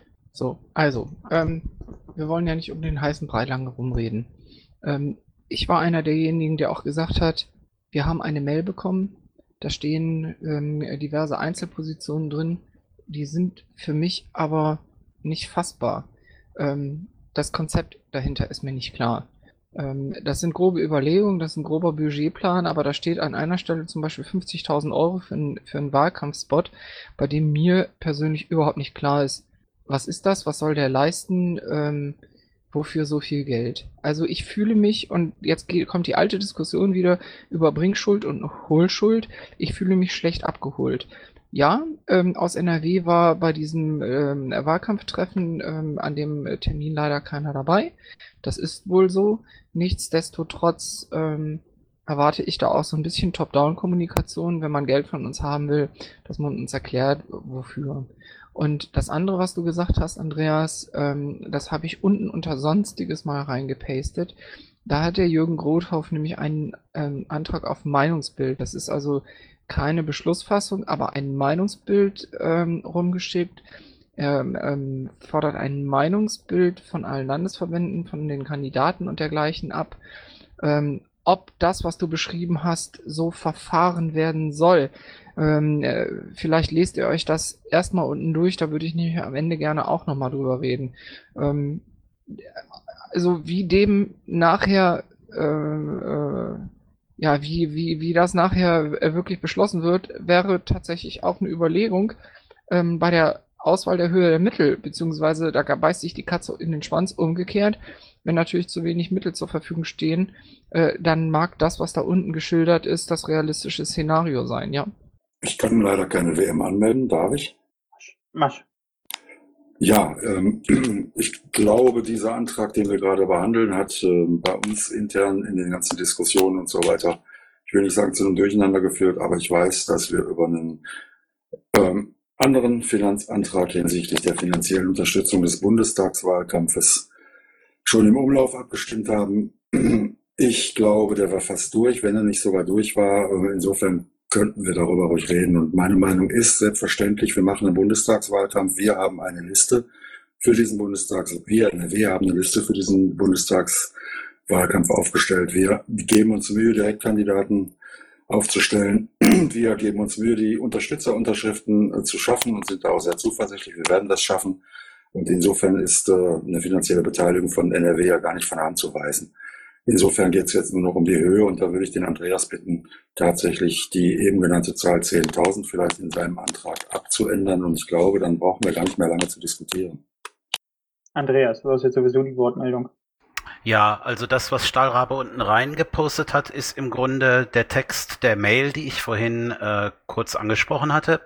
So, also, ähm, wir wollen ja nicht um den heißen Brei lange rumreden. Ähm, ich war einer derjenigen, der auch gesagt hat, wir haben eine Mail bekommen, da stehen ähm, diverse Einzelpositionen drin, die sind für mich aber nicht fassbar. Ähm, das Konzept dahinter ist mir nicht klar. Ähm, das sind grobe Überlegungen, das ist ein grober Budgetplan, aber da steht an einer Stelle zum Beispiel fünfzigtausend Euro für, ein, für einen Wahlkampfspot, bei dem mir persönlich überhaupt nicht klar ist, was ist das, was soll der leisten, ähm, wofür so viel Geld? Also ich fühle mich, und jetzt geht, kommt die alte Diskussion wieder über Bringschuld und Holschuld, ich fühle mich schlecht abgeholt. Ja, ähm, aus N R W war bei diesem ähm, Wahlkampftreffen ähm, an dem Termin leider keiner dabei. Das ist wohl so. Nichtsdestotrotz ähm, erwarte ich da auch so ein bisschen Top-Down-Kommunikation, wenn man Geld von uns haben will, dass man uns erklärt, wofür. Und das andere, was du gesagt hast, Andreas, ähm, das habe ich unten unter Sonstiges mal reingepastet. Da hat der Jürgen Grothoff nämlich einen ähm, Antrag auf Meinungsbild. Das ist also keine Beschlussfassung, aber ein Meinungsbild ähm, rumgeschickt. Er ähm, fordert ein Meinungsbild von allen Landesverbänden, von den Kandidaten und dergleichen ab. Ähm, ob das, was du beschrieben hast, so verfahren werden soll. Ähm, äh, vielleicht lest ihr euch das erstmal unten durch, da würde ich nämlich am Ende gerne auch nochmal drüber reden. Ähm, also wie dem nachher äh, äh, Ja, wie, wie, wie das nachher wirklich beschlossen wird, wäre tatsächlich auch eine Überlegung ähm, bei der Auswahl der Höhe der Mittel, beziehungsweise da beißt sich die Katze in den Schwanz umgekehrt. Wenn natürlich zu wenig Mittel zur Verfügung stehen, äh, dann mag das, was da unten geschildert ist, das realistische Szenario sein, ja. Ich kann leider keine W M anmelden, darf ich? Masch. Ja, ähm, ich glaube, dieser Antrag, den wir gerade behandeln, hat äh, bei uns intern in den ganzen Diskussionen und so weiter, ich will nicht sagen zu einem Durcheinander geführt, aber ich weiß, dass wir über einen ähm, anderen Finanzantrag hinsichtlich der finanziellen Unterstützung des Bundestagswahlkampfes schon im Umlauf abgestimmt haben. Ich glaube, der war fast durch, wenn er nicht sogar durch war. Insofern könnten wir darüber ruhig reden. Und meine Meinung ist selbstverständlich, wir machen einen Bundestagswahlkampf. Wir haben eine Liste für diesen Bundestags, wir N R W haben eine Liste für diesen Bundestagswahlkampf aufgestellt. Wir geben uns Mühe, Direktkandidaten aufzustellen. Wir geben uns Mühe, die Unterstützerunterschriften äh, zu schaffen und sind da auch sehr zuversichtlich. Wir werden das schaffen. Und insofern ist äh, eine finanzielle Beteiligung von N R W ja gar nicht von der Hand zu weisen. Insofern geht es jetzt nur noch um die Höhe und da würde ich den Andreas bitten, tatsächlich die eben genannte Zahl zehntausend vielleicht in seinem Antrag abzuändern. Und ich glaube, dann brauchen wir gar nicht mehr lange zu diskutieren. Andreas, du hast jetzt sowieso die Wortmeldung. Ja, also das, was Stahlrabe unten rein gepostet hat, ist im Grunde der Text der Mail, die ich vorhin äh, kurz angesprochen hatte.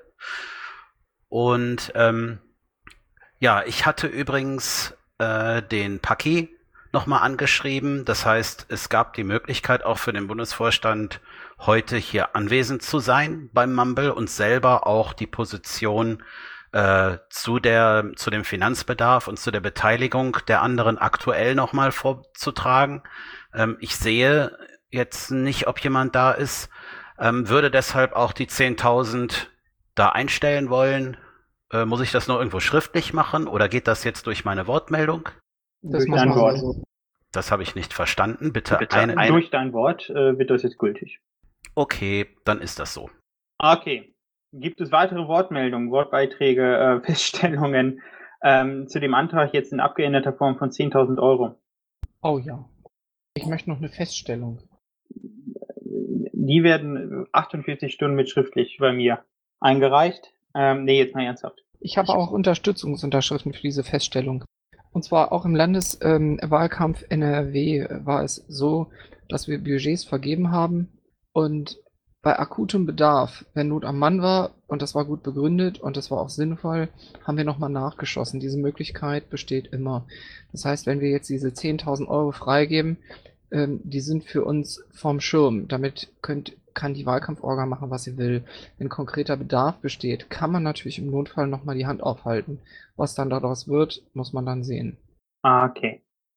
Und ähm, ja, ich hatte übrigens äh, den Paki nochmal angeschrieben. Das heißt, es gab die Möglichkeit auch für den Bundesvorstand, heute hier anwesend zu sein beim Mumble und selber auch die Position äh, zu der zu dem Finanzbedarf und zu der Beteiligung der anderen aktuell nochmal vorzutragen. Ähm, ich sehe jetzt nicht, ob jemand da ist, ähm, würde deshalb auch die zehntausend da einstellen wollen. Äh, muss ich das nur irgendwo schriftlich machen oder geht das jetzt durch meine Wortmeldung? Das Durch muss dein man Wort. so. Das habe ich nicht verstanden. Bitte, Bitte eine, eine. Durch dein Wort äh, wird das jetzt gültig. Okay, dann ist das so. Okay. Gibt es weitere Wortmeldungen, Wortbeiträge, äh, Feststellungen ähm, zu dem Antrag jetzt in abgeänderter Form von zehntausend Euro? Oh ja. Ich möchte noch eine Feststellung. Die werden achtundvierzig Stunden mit schriftlich bei mir eingereicht. Ähm, nee, jetzt mal ernsthaft. Ich habe auch Unterstützungsunterschriften für diese Feststellung. Und zwar auch im Landeswahlkampf ähm, N R W war es so, dass wir Budgets vergeben haben und bei akutem Bedarf, wenn Not am Mann war, und das war gut begründet und das war auch sinnvoll, haben wir nochmal nachgeschossen. Diese Möglichkeit besteht immer. Das heißt, wenn wir jetzt diese zehntausend Euro freigeben, ähm, die sind für uns vom Schirm. Damit könnt, kann die Wahlkampforga machen, was sie will. Wenn konkreter Bedarf besteht, kann man natürlich im Notfall nochmal die Hand aufhalten. Was dann daraus wird, muss man dann sehen. Ah, okay.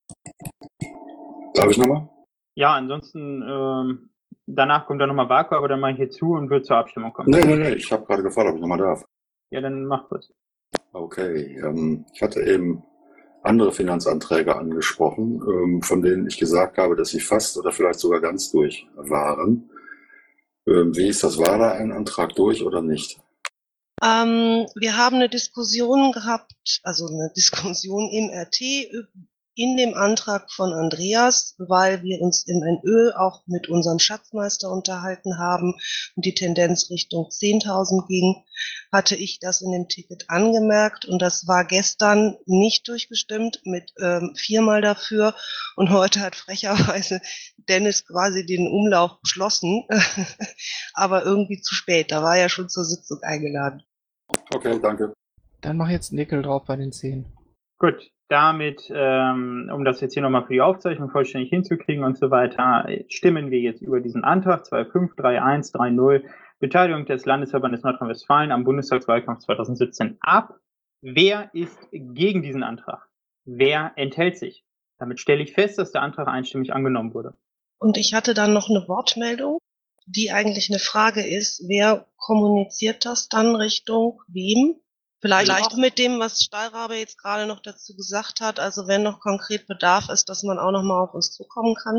Darf ich nochmal? Ja, ansonsten, ähm, danach kommt dann nochmal Vaku, aber dann mache ich hier zu und wird zur Abstimmung kommen. Nee, nee, nee, ich habe gerade gefragt, ob ich nochmal darf. Ja, dann mach kurz. Okay, ähm, ich hatte eben andere Finanzanträge angesprochen, ähm, von denen ich gesagt habe, dass sie fast oder vielleicht sogar ganz durch waren. Ähm, wie ist das? War da ein Antrag durch oder nicht? Ähm, wir haben eine Diskussion gehabt, also eine Diskussion im R T in dem Antrag von Andreas, weil wir uns im N Ö auch mit unserem Schatzmeister unterhalten haben und die Tendenz Richtung zehntausend ging, hatte ich das in dem Ticket angemerkt und das war gestern nicht durchgestimmt mit ähm, viermal dafür und heute hat frecherweise Dennis quasi den Umlauf beschlossen, aber irgendwie zu spät, da war er schon zur Sitzung eingeladen. Okay, danke. Dann mach jetzt Nickel drauf bei den zehn. Gut, damit, ähm, um das jetzt hier nochmal für die Aufzeichnung vollständig hinzukriegen und so weiter, stimmen wir jetzt über diesen Antrag zwei fünf drei eins drei null, Beteiligung des Landesverbandes Nordrhein-Westfalen am Bundestagswahlkampf zwanzig siebzehn ab. Wer ist gegen diesen Antrag? Wer enthält sich? Damit stelle ich fest, dass der Antrag einstimmig angenommen wurde. Und ich hatte dann noch eine Wortmeldung, die eigentlich eine Frage ist, wer kommuniziert das dann Richtung wem? Vielleicht auch mit dem, was Stahlrabe jetzt gerade noch dazu gesagt hat, also wenn noch konkret Bedarf ist, dass man auch noch mal auf uns zukommen kann.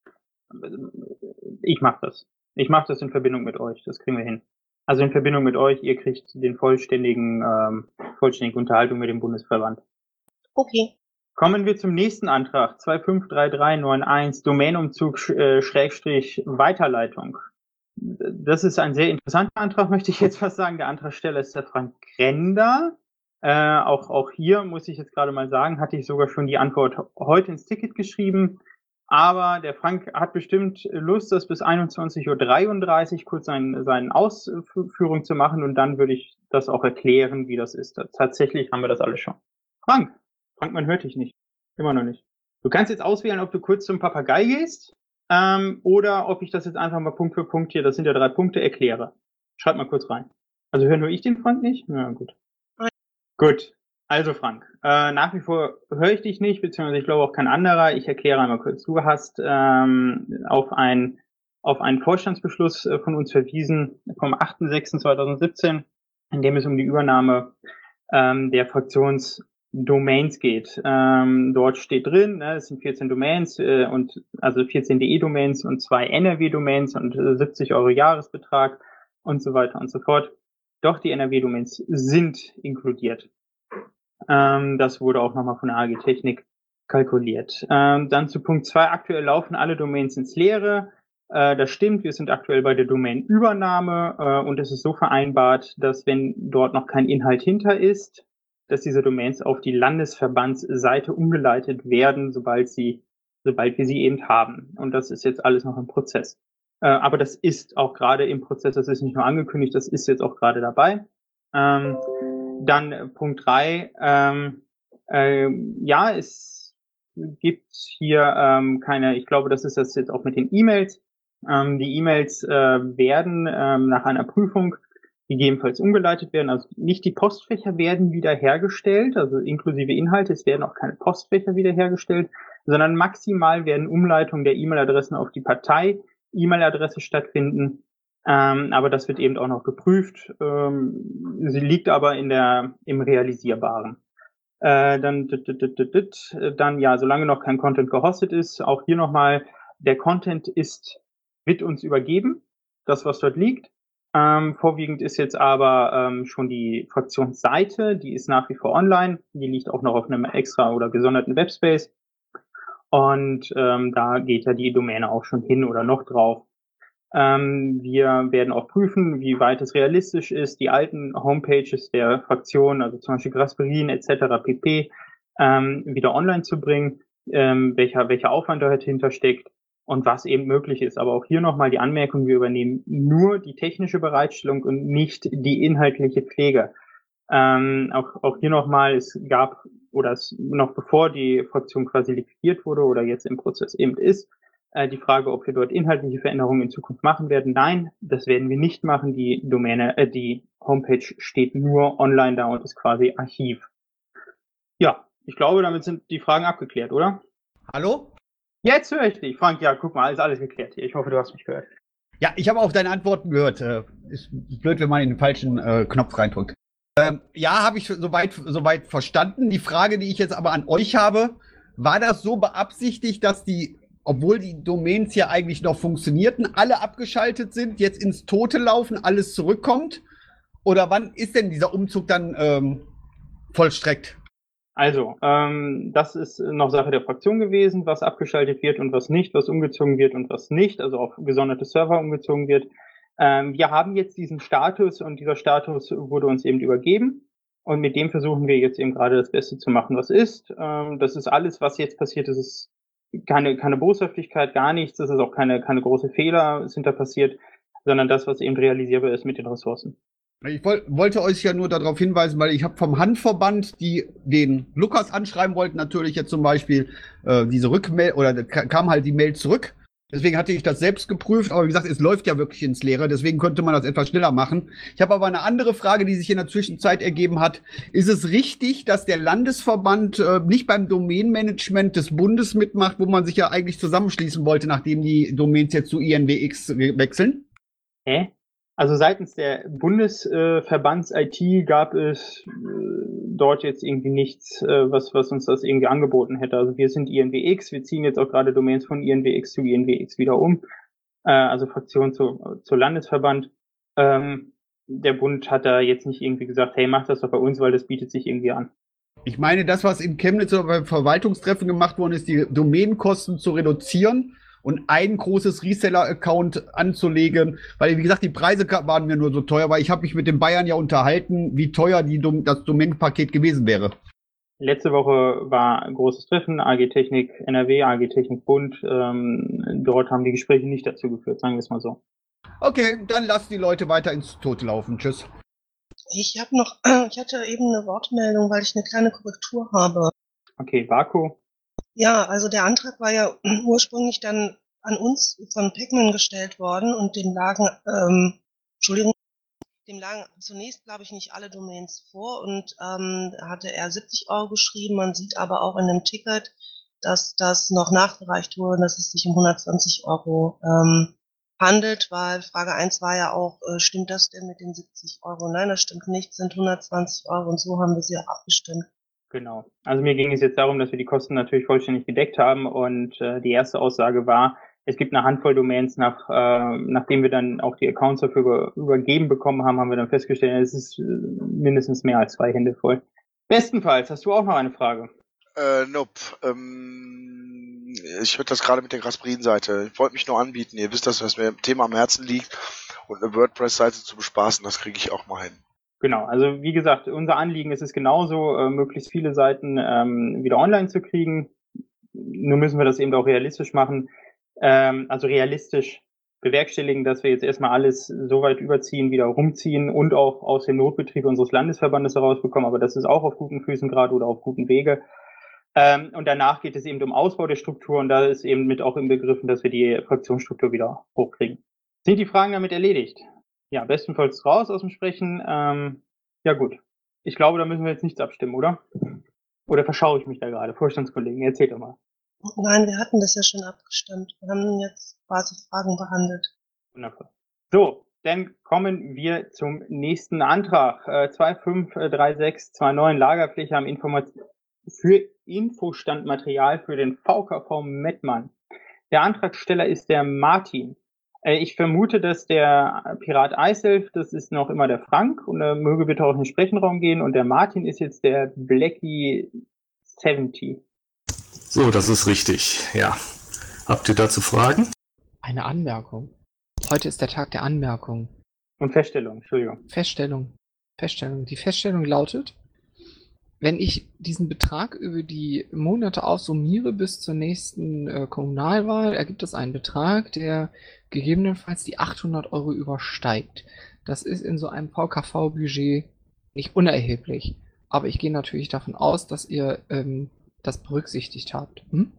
Ich mache das. Ich mache das in Verbindung mit euch, das kriegen wir hin. Also in Verbindung mit euch, ihr kriegt den vollständigen, ähm, vollständige Unterhaltung mit dem Bundesverband. Okay. Kommen wir zum nächsten Antrag, zwei fünf drei drei neun eins, Domänumzug äh, Schrägstrich Weiterleitung. Das ist ein sehr interessanter Antrag, möchte ich jetzt fast sagen. Der Antragsteller ist der Frank Grender. Äh, auch, auch hier muss ich jetzt gerade mal sagen, hatte ich sogar schon die Antwort heute ins Ticket geschrieben. Aber der Frank hat bestimmt Lust, das bis einundzwanzig Uhr dreiunddreißig kurz seine seine Ausführung zu machen und dann würde ich das auch erklären, wie das ist. Tatsächlich haben wir das alles schon. Frank, Frank, man hört dich nicht. Immer noch nicht. Du kannst jetzt auswählen, ob du kurz zum Papagei gehst ähm, oder ob ich das jetzt einfach mal Punkt für Punkt hier, das sind ja drei Punkte, erkläre. Schreib mal kurz rein. Also höre nur ich den Frank nicht? Ja, gut. Gut. Also Frank, äh, nach wie vor höre ich dich nicht, beziehungsweise ich glaube auch kein anderer. Ich erkläre einmal kurz. Du hast ähm, auf, ein, auf einen Vorstandsbeschluss äh, von uns verwiesen vom achter sechster zweitausendsiebzehn, in dem es um die Übernahme ähm, der Fraktionsdomains geht. Ähm, dort steht drin, ne, es sind vierzehn Domains äh, und also vierzehn D E-Domains und zwei N R W-Domains und äh, siebzig Euro Jahresbetrag und so weiter und so fort. Doch die N R W-Domains sind inkludiert. Ähm, das wurde auch nochmal von der A G Technik kalkuliert. Ähm, dann zu Punkt zwei. Aktuell laufen alle Domains ins Leere. Äh, das stimmt, wir sind aktuell bei der Domain-Übernahme äh, und es ist so vereinbart, dass wenn dort noch kein Inhalt hinter ist, dass diese Domains auf die Landesverbandsseite umgeleitet werden, sobald sie, sobald wir sie eben haben. Und das ist jetzt alles noch im Prozess. Äh, aber das ist auch gerade im Prozess, das ist nicht nur angekündigt, das ist jetzt auch gerade dabei. Ähm, Dann äh, Punkt drei. Ähm, äh, ja, es gibt hier ähm, keine, ich glaube, das ist das jetzt auch mit den E-Mails. Ähm, die E-Mails äh, werden ähm, nach einer Prüfung gegebenenfalls umgeleitet werden. Also nicht die Postfächer werden wiederhergestellt, also inklusive Inhalte, es werden auch keine Postfächer wiederhergestellt, sondern maximal werden Umleitungen der E-Mail-Adressen auf die Partei-E-Mail-Adresse stattfinden. Ähm, aber das wird eben auch noch geprüft. Ähm, sie liegt aber in der im Realisierbaren. Äh, dann, dit, dit, dit, dit, dann ja, solange noch kein Content gehostet ist, auch hier nochmal, der Content ist wird uns übergeben, das was dort liegt. Ähm, vorwiegend ist jetzt aber ähm, schon die Fraktionsseite, die ist nach wie vor online, die liegt auch noch auf einem extra oder gesonderten Webspace und ähm, da geht ja die Domäne auch schon hin oder noch drauf. Ähm, wir werden auch prüfen, wie weit es realistisch ist, die alten Homepages der Fraktionen, also zum Beispiel Grasperin et cetera pp. Ähm, wieder online zu bringen, ähm, welcher, welcher Aufwand dahinter steckt und was eben möglich ist. Aber auch hier nochmal die Anmerkung, wir übernehmen nur die technische Bereitstellung und nicht die inhaltliche Pflege. Ähm, auch, auch hier nochmal, es gab, oder es noch bevor die Fraktion quasi liquidiert wurde oder jetzt im Prozess eben ist, die Frage, ob wir dort inhaltliche Veränderungen in Zukunft machen werden. Nein, das werden wir nicht machen. Die Domäne, äh, die Homepage steht nur online da und ist quasi Archiv. Ja, ich glaube, damit sind die Fragen abgeklärt, oder? Hallo? Jetzt höre ich dich. Frank, ja, guck mal, ist alles geklärt hier. Ich hoffe, du hast mich gehört. Ja, ich habe auch deine Antworten gehört. Äh, ist blöd, wenn man in den falschen äh, Knopf reindrückt. Ähm, ja, habe ich soweit, soweit verstanden. Die Frage, die ich jetzt aber an euch habe, war das so beabsichtigt, dass die, obwohl die Domains ja eigentlich noch funktionierten, alle abgeschaltet sind, jetzt ins Tote laufen, alles zurückkommt? Oder wann ist denn dieser Umzug dann ähm, vollstreckt? Also, ähm, das ist noch Sache der Fraktion gewesen, was abgeschaltet wird und was nicht, was umgezogen wird und was nicht, also auf gesonderte Server umgezogen wird. Ähm, wir haben jetzt diesen Status und dieser Status wurde uns eben übergeben. Und mit dem versuchen wir jetzt eben gerade das Beste zu machen, was ist. Ähm, das ist alles, was jetzt passiert ist, ist keine, keine Boshaftigkeit, gar nichts. Das ist auch keine, keine große Fehler sind da passiert, sondern das, was eben realisierbar ist mit den Ressourcen. Ich woll, wollte euch ja nur darauf hinweisen, weil ich habe vom Handverband, die den Lukas anschreiben wollten, natürlich jetzt zum Beispiel äh, diese Rückmail, oder da kam halt die Mail zurück. Deswegen hatte ich das selbst geprüft, aber wie gesagt, es läuft ja wirklich ins Leere, deswegen könnte man das etwas schneller machen. Ich habe aber eine andere Frage, die sich in der Zwischenzeit ergeben hat. Ist es richtig, dass der Landesverband äh, nicht beim Domainmanagement des Bundes mitmacht, wo man sich ja eigentlich zusammenschließen wollte, nachdem die Domains jetzt zu I N W X wechseln? Hä? Also seitens der Bundesverbands-I T gab es äh, dort jetzt irgendwie nichts, äh, was, was uns das irgendwie angeboten hätte. Also wir sind I N W X, wir ziehen jetzt auch gerade Domains von I N W X zu I N W X wieder um, äh, also Fraktion zu, zu Landesverband. Ähm, der Bund hat da jetzt nicht irgendwie gesagt, hey, mach das doch bei uns, weil das bietet sich irgendwie an. Ich meine, das, was in Chemnitz beim Verwaltungstreffen gemacht worden ist, die Domainkosten zu reduzieren und ein großes Reseller-Account anzulegen, weil, wie gesagt, die Preise waren mir nur so teuer, weil ich habe mich mit den Bayern ja unterhalten, wie teuer die, das Domain-Paket gewesen wäre. Letzte Woche war ein großes Treffen, A G Technik N R W, A G Technik Bund. Ähm, dort haben die Gespräche nicht dazu geführt, sagen wir es mal so. Okay, dann lass die Leute weiter ins Tod laufen. Tschüss. Ich habe noch, ich hatte eben eine Wortmeldung, weil ich eine kleine Korrektur habe. Okay, Vaku. Ja, also der Antrag war ja ursprünglich dann an uns von Pacman gestellt worden und dem lagen, ähm, Entschuldigung, dem lagen zunächst, glaube ich, nicht alle Domains vor und ähm, hatte er siebzig Euro geschrieben. Man sieht aber auch in dem Ticket, dass das noch nachgereicht wurde, dass es sich um hundertzwanzig Euro ähm, handelt, weil Frage eins war ja auch, äh, stimmt das denn mit den siebzig Euro? Nein, das stimmt nicht, sind hundertzwanzig Euro und so haben wir sie auch abgestimmt. Genau. Also mir ging es jetzt darum, dass wir die Kosten natürlich vollständig gedeckt haben und äh, die erste Aussage war, es gibt eine Handvoll Domains, nach, äh, nachdem wir dann auch die Accounts dafür über, übergeben bekommen haben, haben wir dann festgestellt, es ist äh, mindestens mehr als zwei Hände voll. Bestenfalls, hast du auch noch eine Frage? Äh, nope. Ähm, ich hörte das gerade mit der Grasprien-Seite. Ich wollte mich nur anbieten. Ihr wisst, dass das mir im Thema am Herzen liegt und eine WordPress-Seite zu bespaßen, das kriege ich auch mal hin. Genau, also wie gesagt, unser Anliegen ist es genauso, äh, möglichst viele Seiten ähm, wieder online zu kriegen. Nur müssen wir das eben auch realistisch machen. Ähm, also realistisch bewerkstelligen, dass wir jetzt erstmal alles so weit überziehen, wieder rumziehen und auch aus dem Notbetrieb unseres Landesverbandes herausbekommen. Aber das ist auch auf guten Füßen gerade oder auf guten Wege. Ähm, und danach geht es eben um Ausbau der Struktur und da ist eben mit auch im Begriffen, dass wir die Fraktionsstruktur wieder hochkriegen. Sind die Fragen damit erledigt? Ja, bestenfalls raus aus dem Sprechen. Ähm, ja gut. Ich glaube, da müssen wir jetzt nichts abstimmen, oder? Oder verschaue ich mich da gerade? Vorstandskollegen, erzählt doch mal. Nein, wir hatten das ja schon abgestimmt. Wir haben jetzt quasi Fragen behandelt. Wundervoll. So, dann kommen wir zum nächsten Antrag. Äh, zwei fünf drei sechs zwei neun Lagerfläche am Informat für Infostandmaterial für den V K V Mettmann. Der Antragsteller ist der Martin. Äh, ich vermute, dass der Pirat Eiself, das ist noch immer der Frank und er möge bitte auch in den Sprechenraum gehen und der Martin ist jetzt der Blackie siebzig. So, das ist richtig, ja. Habt ihr dazu Fragen? Eine Anmerkung. Heute ist der Tag der Anmerkung. Und Feststellung, Entschuldigung. Feststellung. Feststellung. Die Feststellung lautet, wenn ich diesen Betrag über die Monate aussummiere bis zur nächsten äh, Kommunalwahl, ergibt das einen Betrag, der gegebenenfalls die achthundert Euro übersteigt. Das ist in so einem V K V-Budget nicht unerheblich. Aber ich gehe natürlich davon aus, dass ihr ähm, das berücksichtigt habt. Hm?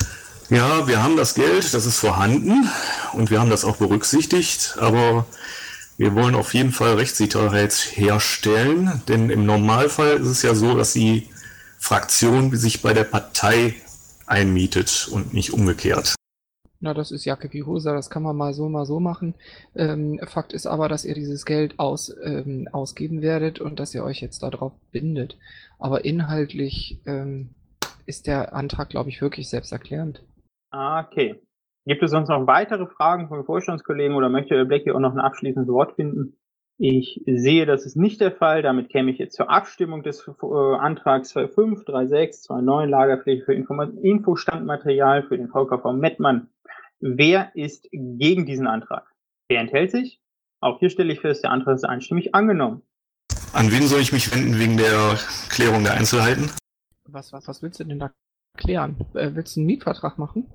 Ja, wir haben das Geld, das ist vorhanden und wir haben das auch berücksichtigt, aber wir wollen auf jeden Fall Rechtssicherheit herstellen, denn im Normalfall ist es ja so, dass die Fraktion sich bei der Partei einmietet und nicht umgekehrt. Na, das ist Jacke wie Hose, das kann man mal so, mal so machen. Ähm, Fakt ist aber, dass ihr dieses Geld aus, ähm, ausgeben werdet und dass ihr euch jetzt darauf bindet. Aber inhaltlich ähm, ist der Antrag, glaube ich, wirklich selbsterklärend. Okay. Gibt es sonst noch weitere Fragen von Vorstandskollegen oder möchte Herr Blackie auch noch ein abschließendes Wort finden? Ich sehe, das ist nicht der Fall. Damit käme ich jetzt zur Abstimmung des äh, Antrags zwei fünf drei sechs zwei neun Lagerfläche für Inform- Infostandmaterial für den V K V Mettmann. Wer ist gegen diesen Antrag? Wer enthält sich? Auch hier stelle ich fest, der Antrag ist einstimmig angenommen. An wen soll ich mich wenden wegen der Klärung der Einzelheiten? Was, was, was willst du denn da klären? Äh, willst du einen Mietvertrag machen?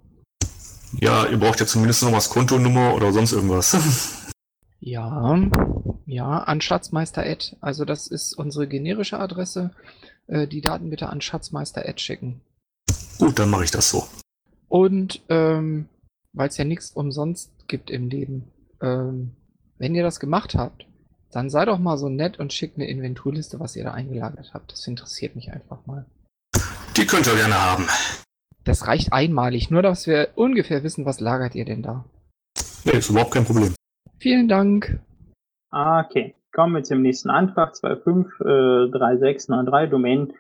Ja, ihr braucht ja zumindest noch was Kontonummer oder sonst irgendwas. Ja, ja, an Schatzmeister Ed. Also das ist unsere generische Adresse. Äh, die Daten bitte an Schatzmeister Ed schicken. Gut, dann mache ich das so. Und ähm, weil es ja nichts umsonst gibt im Leben, ähm, wenn ihr das gemacht habt, dann sei doch mal so nett und schickt eine Inventurliste, was ihr da eingelagert habt. Das interessiert mich einfach mal. Die könnt ihr gerne haben. Das reicht einmalig, nur dass wir ungefähr wissen, was lagert ihr denn da. Nee, ist überhaupt kein Problem. Vielen Dank. Okay, kommen wir zum nächsten Antrag. zwei fünf drei sechs neun drei, Domain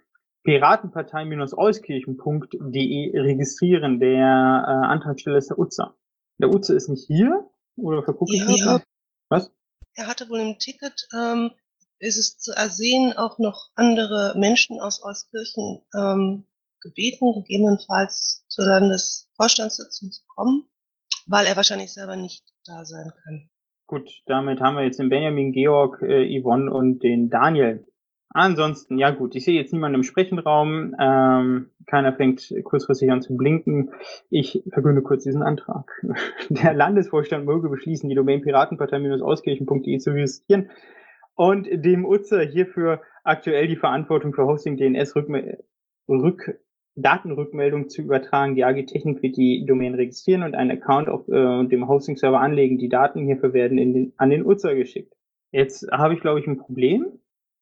piratenpartei-euskirchen punkt de registrieren. Der äh, Antragsteller ist der Utzer. Der Utzer ist nicht hier? Oder vergucke ich mich? Ja, Was? er hatte wohl im Ticket, ähm, ist es zu ersehen, auch noch andere Menschen aus Euskirchen ähm, gebeten, gegebenenfalls zur Landesvorstandssitzung zu kommen. weil er wahrscheinlich selber nicht da sein kann. Gut, damit haben wir jetzt den Benjamin, Georg, äh, Yvonne und den Daniel. Ansonsten, ja gut, ich sehe jetzt niemanden im Sprechenraum. Ähm, keiner fängt kurzfristig an zu blinken. Ich verkünde kurz diesen Antrag. Der Landesvorstand möge beschließen, die Domain piratenpartei-auskirchen punkt de zu registrieren und dem U Z E R hierfür aktuell die Verantwortung für Hosting, D N S, Rückme Rück Datenrückmeldung zu übertragen. Die A G Technik wird die Domain registrieren und einen Account auf äh, dem Hosting-Server anlegen. Die Daten hierfür werden in den, an den U Z E R geschickt. Jetzt habe ich, glaube ich, ein Problem,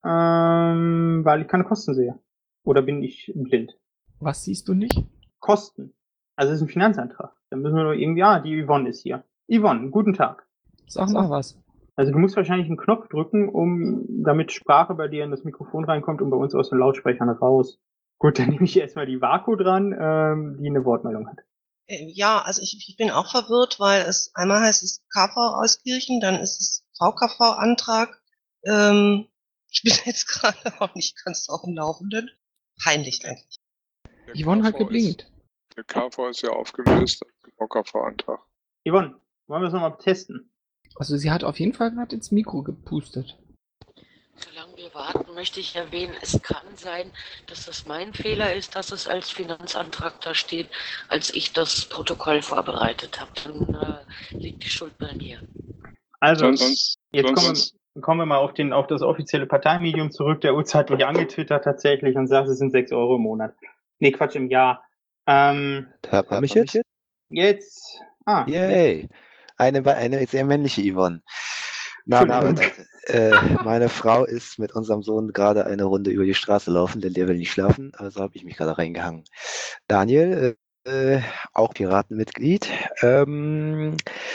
ähm, weil ich keine Kosten sehe. Oder bin ich blind? Was siehst du nicht? Kosten. Also es ist ein Finanzantrag. Da müssen wir nur irgendwie, ah, die Yvonne ist hier. Yvonne, guten Tag. Sag mal was. Also du musst wahrscheinlich einen Knopf drücken, um damit Sprache bei dir in das Mikrofon reinkommt und bei uns aus den Lautsprechern raus. Gut, dann nehme ich erstmal die Vaku dran, ähm, die eine Wortmeldung hat. Äh, Ja, also ich, ich bin auch verwirrt, weil es einmal heißt es K V Auskirchen, dann ist es V K V-Antrag. Ähm, ich bin jetzt gerade auch nicht ganz auf dem Laufenden. Peinlich eigentlich. Yvonne hat geblinkt. Der K V ist ja aufgelöst, der K V-Antrag. Yvonne, wollen wir es nochmal testen? Also sie hat auf jeden Fall gerade ins Mikro gepustet. Solange wir warten, möchte ich erwähnen, es kann sein, dass das mein Fehler ist, dass es als Finanzantrag da steht, als ich das Protokoll vorbereitet habe. Dann äh, liegt die Schuld bei mir. Also, Sonst- jetzt sonst- kommen, wir, kommen wir mal auf, den, auf das offizielle Parteimedium zurück. Der U Z E R hat mich angetwittert tatsächlich und sagt, es sind sechs Euro im Monat. Nee, Quatsch, im Jahr. Ähm, Hört man mich jetzt? jetzt, ah, Yay! Eine, eine sehr männliche Yvonne. Na, na, aber, äh, meine Frau ist mit unserem Sohn gerade eine Runde über die Straße laufen, denn der will nicht schlafen, also habe ich mich gerade reingehangen. Daniel, äh, auch Piratenmitglied. Ähm,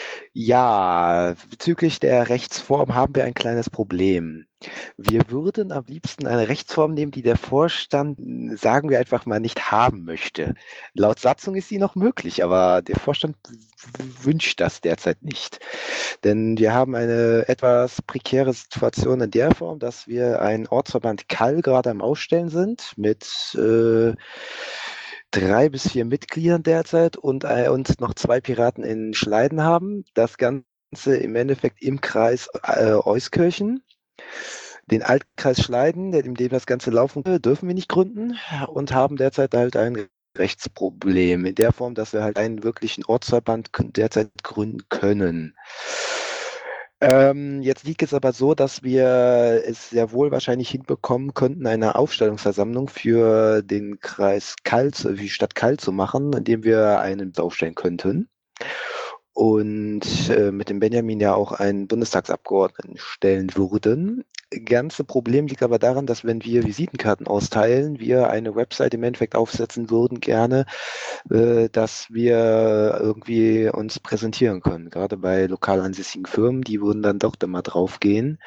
ja, bezüglich der Rechtsform haben wir ein kleines Problem. Wir würden am liebsten eine Rechtsform nehmen, die der Vorstand, sagen wir einfach mal, nicht haben möchte. Laut Satzung ist sie noch möglich, aber der Vorstand w- wünscht das derzeit nicht. Denn wir haben eine etwas prekäre Situation in der Form, dass wir einen Ortsverband Kall gerade am Ausstellen sind mit äh, drei bis vier Mitgliedern derzeit und, äh, und noch zwei Piraten in Schleiden haben. Das Ganze im Endeffekt im Kreis äh, Euskirchen. Den Altkreis Schleiden, der- in dem das Ganze laufen will, dürfen wir nicht gründen und haben derzeit halt ein Rechtsproblem in der Form, dass wir halt einen wirklichen Ortsverband k- derzeit gründen können. Ähm, jetzt liegt es aber so, dass wir es sehr wohl wahrscheinlich hinbekommen könnten, eine Aufstellungsversammlung für den Kreis Kall, zu- für die Stadt Kall zu machen, indem wir einen aufstellen könnten. Und äh, mit dem Benjamin ja auch einen Bundestagsabgeordneten stellen würden. Ganze Problem liegt aber daran, dass wenn wir Visitenkarten austeilen, wir eine Website im Endeffekt aufsetzen würden, gerne, äh, dass wir irgendwie uns präsentieren können. Gerade bei lokal ansässigen Firmen, die würden dann doch immer draufgehen.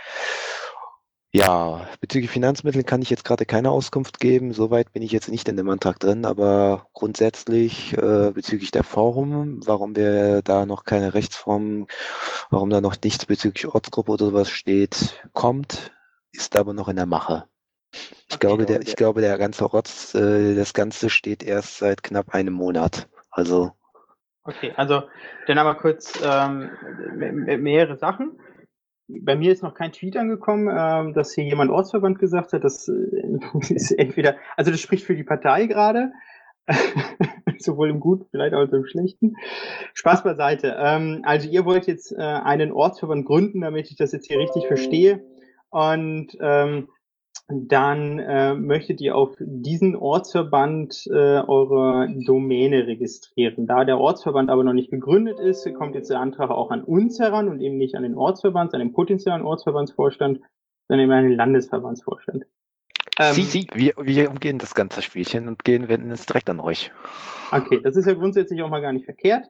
Ja, bezüglich Finanzmitteln kann ich jetzt gerade keine Auskunft geben. Soweit bin ich jetzt nicht in dem Antrag drin, aber grundsätzlich äh, bezüglich der Form, warum wir da noch keine Rechtsform, warum da noch nichts bezüglich Ortsgruppe oder sowas steht, kommt, ist aber noch in der Mache. Ich glaube, der, ich glaube, der ganze Orts, äh, das Ganze steht erst seit knapp einem Monat. Also Okay, also dann aber kurz ähm, me- me- mehrere Sachen. Bei mir ist noch kein Tweet angekommen, ähm, dass hier jemand Ortsverband gesagt hat. Das äh, ist entweder, also das spricht für die Partei gerade, sowohl im Guten, vielleicht auch im Schlechten. Spaß beiseite. Ähm, also ihr wollt jetzt äh, einen Ortsverband gründen, damit ich das jetzt hier richtig verstehe. Und ähm, dann äh, möchtet ihr auf diesen Ortsverband äh, eure Domäne registrieren. Da der Ortsverband aber noch nicht gegründet ist, kommt jetzt der Antrag auch an uns heran und eben nicht an den Ortsverband, an den potenziellen Ortsverbandsvorstand, sondern eben an den Landesverbandsvorstand. Ähm, Sie, Sie, wir, wir umgehen das ganze Spielchen und gehen, wenden es direkt an euch. Okay, das ist ja grundsätzlich auch mal gar nicht verkehrt.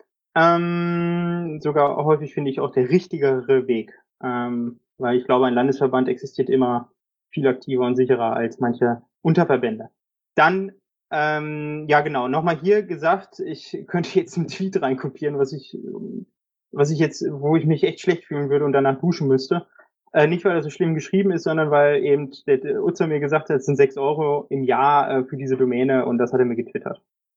Ähm, sogar häufig finde ich auch der richtigere Weg. Ähm, weil ich glaube, ein Landesverband existiert immer viel aktiver und sicherer als manche Unterverbände. Dann, ähm, ja genau, nochmal hier gesagt, ich könnte jetzt einen Tweet reinkopieren, was ich, was ich jetzt, wo ich mich echt schlecht fühlen würde und danach duschen müsste. Äh, nicht, weil er so schlimm geschrieben ist, sondern weil eben der, der U Z E R mir gesagt hat, es sind sechs Euro im Jahr äh, für diese Domäne und das hat er mir getwittert.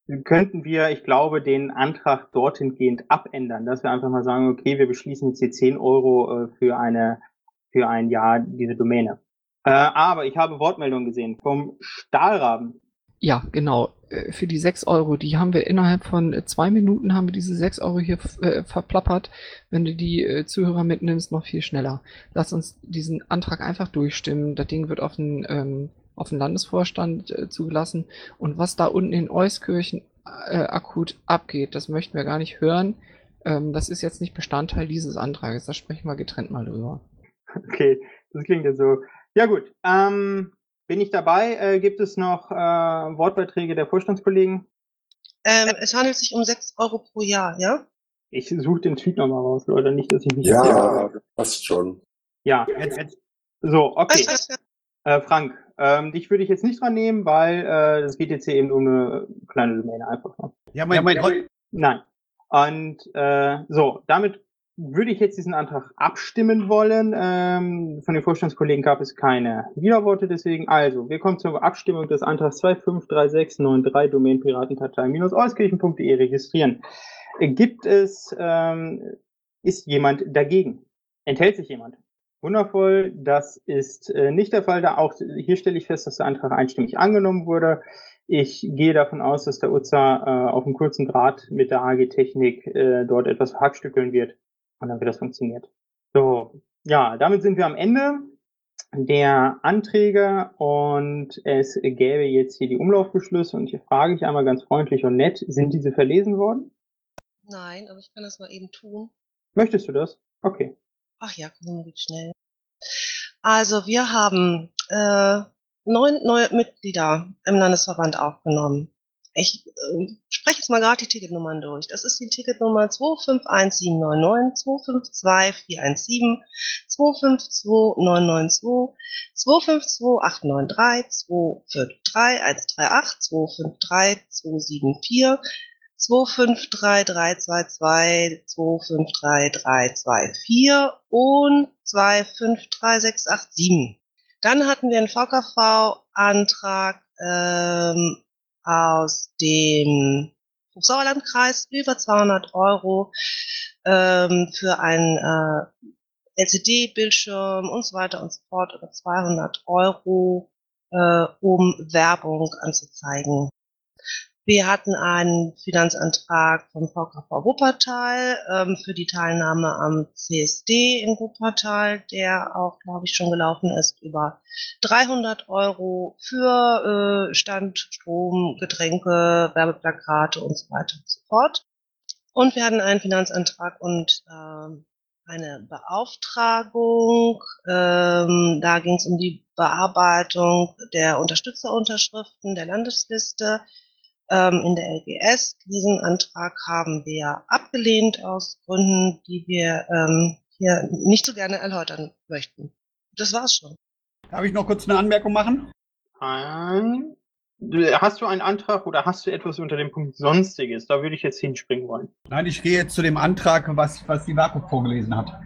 könnten wir, ich glaube, den Antrag dorthin gehend abändern, dass wir einfach mal sagen, okay, wir beschließen jetzt hier zehn Euro äh, für eine, für ein Jahr diese Domäne. Äh, aber ich habe Wortmeldungen gesehen vom Stahlraben. Ja, genau. Äh, Für die sechs Euro, die haben wir innerhalb von äh, zwei Minuten haben wir diese sechs Euro hier f- äh, verplappert. Wenn du die äh, Zuhörer mitnimmst, noch viel schneller. Lass uns diesen Antrag einfach durchstimmen. Das Ding wird auf den, ähm, auf den Landesvorstand äh, zugelassen. Und was da unten in Euskirchen äh, akut abgeht, das möchten wir gar nicht hören. Ähm, das ist jetzt nicht Bestandteil dieses Antrages. Da sprechen wir getrennt mal drüber. Okay, das klingt jetzt so. Ja gut, ähm, bin ich dabei? Äh, gibt es noch äh, Wortbeiträge der Vorstandskollegen? Ähm, es handelt sich um sechs Euro pro Jahr, ja? Ich suche den Tweet nochmal raus, Leute, nicht, dass ich mich... Ja, passt schon. Ja, jetzt, jetzt. So, okay. Äh, Frank, ähm, dich würde ich jetzt nicht dran nehmen, weil äh, das geht jetzt hier eben um eine kleine Domäne einfach. Ne? Ja, mein, mein, mein Nein. Und äh, so, damit würde ich jetzt diesen Antrag abstimmen wollen. Ähm, von den Vorstandskollegen gab es keine Widerworte, deswegen also, wir kommen zur Abstimmung des Antrags zwei fünf drei sechs neun drei Domain Piratenkartei-euskirchen punkt de registrieren. Äh, Gibt es, ähm, ist jemand dagegen? Enthält sich jemand? Wundervoll, das ist äh, nicht der Fall. Da auch hier stelle ich fest, dass der Antrag einstimmig angenommen wurde. Ich gehe davon aus, dass der U Z A äh, auf einem kurzen Draht mit der A G Technik äh, dort etwas verhackstückeln wird und dann wird das funktioniert. So, ja, damit sind wir am Ende der Anträge und es gäbe jetzt hier die Umlaufbeschlüsse und hier frage ich einmal ganz freundlich und nett, sind diese verlesen worden? Nein, aber ich kann das mal eben tun. Möchtest du das? Okay. Ach ja, komm, geht schnell. Also wir haben äh, neun neue Mitglieder im Landesverband aufgenommen. Ich äh, spreche jetzt mal gerade die Ticketnummern durch. Das ist die Ticketnummer zwei fünf eins sieben neun neun, zwei fünf zwei vier eins sieben, zwei fünf zwei neun neun zwei, zwei fünf zwei acht neun drei, zwei fünf drei eins drei acht, zwei fünf drei zwei sieben vier, zwei fünf drei drei zwei zwei, zwei fünf drei drei zwei vier und zwei fünf drei sechs acht sieben. Dann hatten wir einen V K V-Antrag ähm, aus dem Hochsauerlandkreis über zweihundert Euro ähm, für einen äh, L C D-Bildschirm und so weiter und so fort, über zweihundert Euro, äh, um Werbung anzuzeigen. Wir hatten einen Finanzantrag vom V K V Wuppertal ähm, für die Teilnahme am C S D in Wuppertal, der auch, glaube ich, schon gelaufen ist, über dreihundert Euro für äh, Stand, Strom, Getränke, Werbeplakate und so weiter und so fort. Und wir hatten einen Finanzantrag und ähm, eine Beauftragung. Ähm, da ging es um die Bearbeitung der Unterstützerunterschriften der Landesliste in der L G S. Diesen Antrag haben wir abgelehnt aus Gründen, die wir ähm, hier nicht so gerne erläutern möchten. Das war's schon. Darf ich noch kurz eine Anmerkung machen? Nein. Hast du einen Antrag oder hast du etwas unter dem Punkt Sonstiges? Da würde ich jetzt hinspringen wollen. Nein, ich gehe jetzt zu dem Antrag, was, was die Vakuum vorgelesen hat.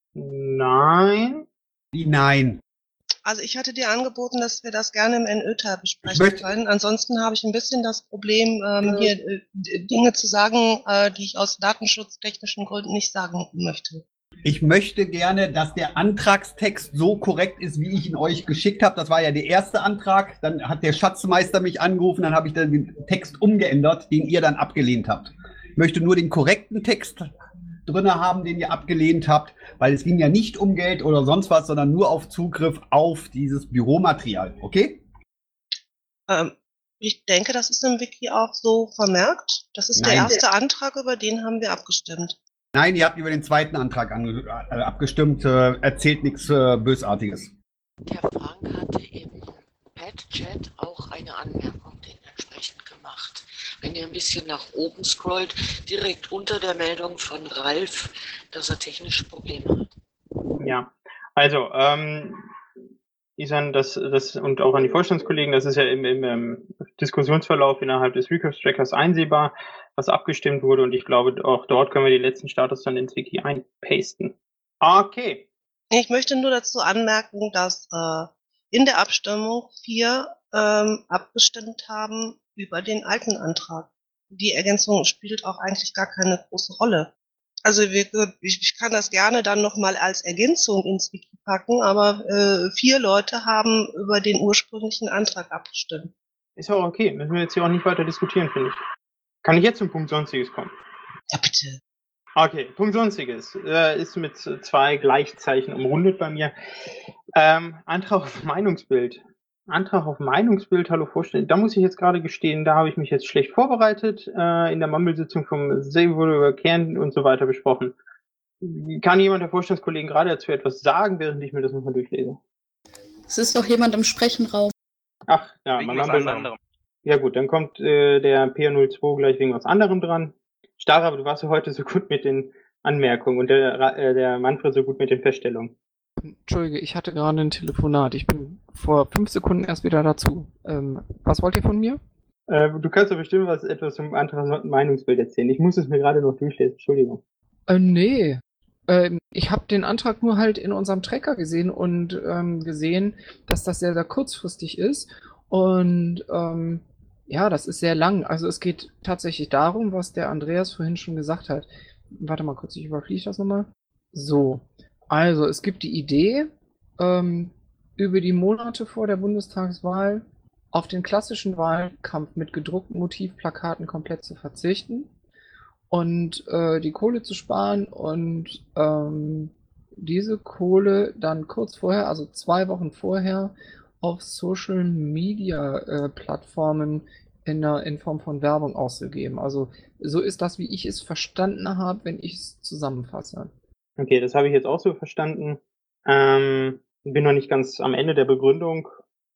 Nein. Wie nein? Also ich hatte dir angeboten, dass wir das gerne im N Ö-Teil besprechen können. Ansonsten habe ich ein bisschen das Problem, ähm, hier äh, Dinge zu sagen, äh, die ich aus datenschutztechnischen Gründen nicht sagen möchte. Ich möchte gerne, dass der Antragstext so korrekt ist, wie ich ihn euch geschickt habe. Das war ja der erste Antrag. Dann hat der Schatzmeister mich angerufen, dann habe ich den Text umgeändert, den ihr dann abgelehnt habt. Ich möchte nur den korrekten Text drinne haben, den ihr abgelehnt habt, weil es ging ja nicht um Geld oder sonst was, sondern nur auf Zugriff auf dieses Büromaterial, okay? Ähm, ich denke, das ist im Wiki auch so vermerkt. Das ist Nein. der erste Antrag, über den haben wir abgestimmt. Nein, ihr habt über den zweiten Antrag ange äh, abgestimmt, äh, erzählt nichts äh, Bösartiges. Der Frank hatte im Pad-Chat auch eine Anmerkung dementsprechend gemacht. Wenn ihr ein bisschen nach oben scrollt, direkt unter der Meldung von Ralf, dass er technische Probleme hat. Ja, also, ähm, Isan, das, das, und auch an die Vorstandskollegen, das ist ja im, im, im Diskussionsverlauf innerhalb des Recurse-Trackers einsehbar, was abgestimmt wurde, und ich glaube, auch dort können wir die letzten Status dann ins Wiki einpasten. Okay. Ich möchte nur dazu anmerken, dass äh, in der Abstimmung vier ähm, abgestimmt haben über den alten Antrag. die Ergänzung spielt auch eigentlich gar keine große Rolle. Also wir, ich, ich kann das gerne dann nochmal als Ergänzung ins Wiki packen, aber äh, vier Leute haben über den ursprünglichen Antrag abgestimmt. Ist ja auch okay, müssen wir jetzt hier auch nicht weiter diskutieren, finde ich. Kann ich jetzt zum Punkt Sonstiges kommen? Ja, bitte. Okay, Punkt Sonstiges äh, ist mit zwei Gleichzeichen umrundet bei mir. Ähm, Antrag auf Meinungsbild. Antrag auf Meinungsbild, hallo Vorstellung. Da muss ich jetzt gerade gestehen, da habe ich mich jetzt schlecht vorbereitet. Äh, in der Mumble-Sitzung vom See wurde über Kern und so weiter besprochen. Kann jemand der Vorstandskollegen gerade dazu etwas sagen, während ich mir das nochmal durchlese? Es ist doch jemand im Sprechenraum. Ach, ja, Wegen man was Mumble. anderem. Ja gut, dann kommt äh, der P null zwei gleich wegen was anderem dran. Starr, aber du warst ja heute so gut mit den Anmerkungen und der, äh, der Manfred so gut mit den Feststellungen. Entschuldige, ich hatte gerade ein Telefonat. Ich bin vor fünf Sekunden erst wieder dazu. Ähm, was wollt ihr von mir? Äh, du kannst doch bestimmt was etwas zum Antrag Meinungsbild erzählen. Ich muss es mir gerade noch durchlesen. Entschuldigung. Äh, nee. Ähm, ich habe den Antrag nur halt in unserem Tracker gesehen und ähm, gesehen, dass das sehr, sehr kurzfristig ist. Und ähm, ja, das ist sehr lang. Also es geht tatsächlich darum, was der Andreas vorhin schon gesagt hat. Warte mal kurz, ich überfliege das nochmal. So. Also, es gibt die Idee, ähm, über die Monate vor der Bundestagswahl auf den klassischen Wahlkampf mit gedruckten Motivplakaten komplett zu verzichten und äh, die Kohle zu sparen und ähm, diese Kohle dann kurz vorher, also zwei Wochen vorher, auf Social Media äh, Plattformen in, der, in Form von Werbung auszugeben. Also, so ist das, wie ich es verstanden habe, wenn ich es zusammenfasse. Okay, das habe ich jetzt auch so verstanden. Ähm, bin noch nicht ganz am Ende der Begründung.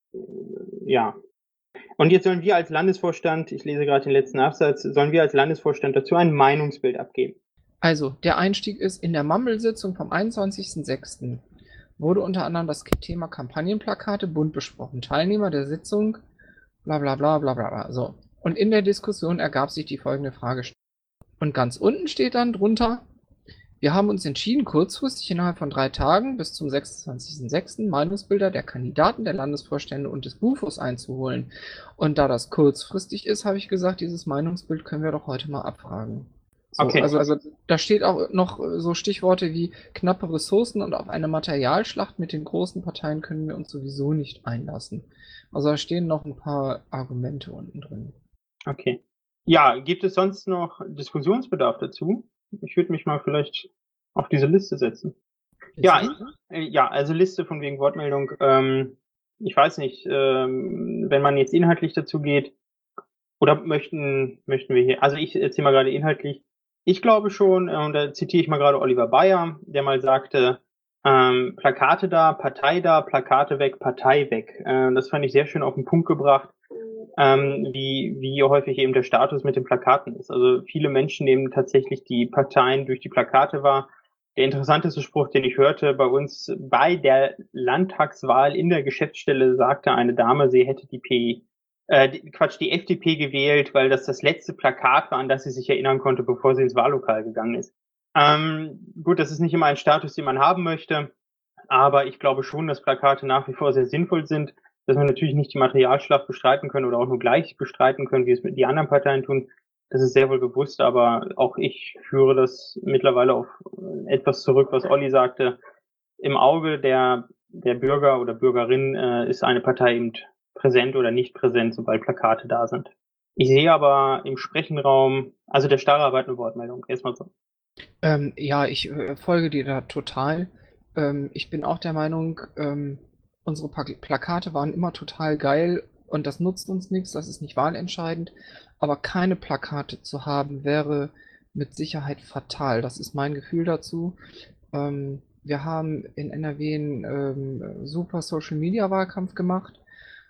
Ja. Und jetzt sollen wir als Landesvorstand, ich lese gerade den letzten Absatz, sollen wir als Landesvorstand dazu ein Meinungsbild abgeben? Also, der Einstieg ist in der Mumble-Sitzung vom einundzwanzigsten sechsten wurde unter anderem das Thema Kampagnenplakate bunt besprochen. Teilnehmer der Sitzung, bla bla bla bla bla. So. Und in der Diskussion ergab sich die folgende Fragestellung. Und ganz unten steht dann drunter: Wir haben uns entschieden, kurzfristig innerhalb von drei Tagen bis zum sechsundzwanzigsten sechsten Meinungsbilder der Kandidaten, der Landesvorstände und des B U F Os einzuholen. Und da das kurzfristig ist, habe ich gesagt, dieses Meinungsbild können wir doch heute mal abfragen. So, Okay. also, also da steht auch noch so Stichworte wie knappe Ressourcen und auf eine Materialschlacht mit den großen Parteien können wir uns sowieso nicht einlassen. Also da stehen noch ein paar Argumente unten drin. Okay. Ja, gibt es sonst noch Diskussionsbedarf dazu? Ich würde mich mal vielleicht auf diese Liste setzen. Ja, äh, ja, also Liste von wegen Wortmeldung. Ähm, ich weiß nicht, ähm, wenn man jetzt inhaltlich dazu geht, oder möchten möchten wir hier, also ich erzähle mal gerade inhaltlich. Ich glaube schon, äh, und da zitiere ich mal gerade Oliver Bayer, der mal sagte, ähm, Plakate da, Partei da, Plakate weg, Partei weg. Äh, das fand ich sehr schön auf den Punkt gebracht, ähm, wie, wie häufig eben der Status mit den Plakaten ist. Also viele Menschen nehmen tatsächlich die Parteien durch die Plakate wahr. Der interessanteste Spruch, den ich hörte bei uns bei der Landtagswahl in der Geschäftsstelle, sagte eine Dame, sie hätte die P, äh, die, Quatsch, die F D P gewählt, weil das das letzte Plakat war, an das sie sich erinnern konnte, bevor sie ins Wahllokal gegangen ist. Ähm, gut, das ist nicht immer ein Status, den man haben möchte, aber ich glaube schon, dass Plakate nach wie vor sehr sinnvoll sind, dass wir natürlich nicht die Materialschlacht bestreiten können oder auch nur gleich bestreiten können, wie es die anderen Parteien tun. Das ist sehr wohl bewusst, aber auch ich führe das mittlerweile auf etwas zurück, was Olli sagte. Im Auge der, der Bürger oder Bürgerin äh, ist eine Partei eben präsent oder nicht präsent, sobald Plakate da sind. Ich sehe aber im Sprechenraum, also der Starre hat eine Wortmeldung, erstmal so. Ähm, ja, ich äh, folge dir da total. Ähm, ich bin auch der Meinung, ähm, unsere Pla Plakate waren immer total geil und das nutzt uns nichts, das ist nicht wahlentscheidend. Aber keine Plakate zu haben, wäre mit Sicherheit fatal. Das ist mein Gefühl dazu. Ähm, wir haben in N R W einen ähm, super Social-Media-Wahlkampf gemacht.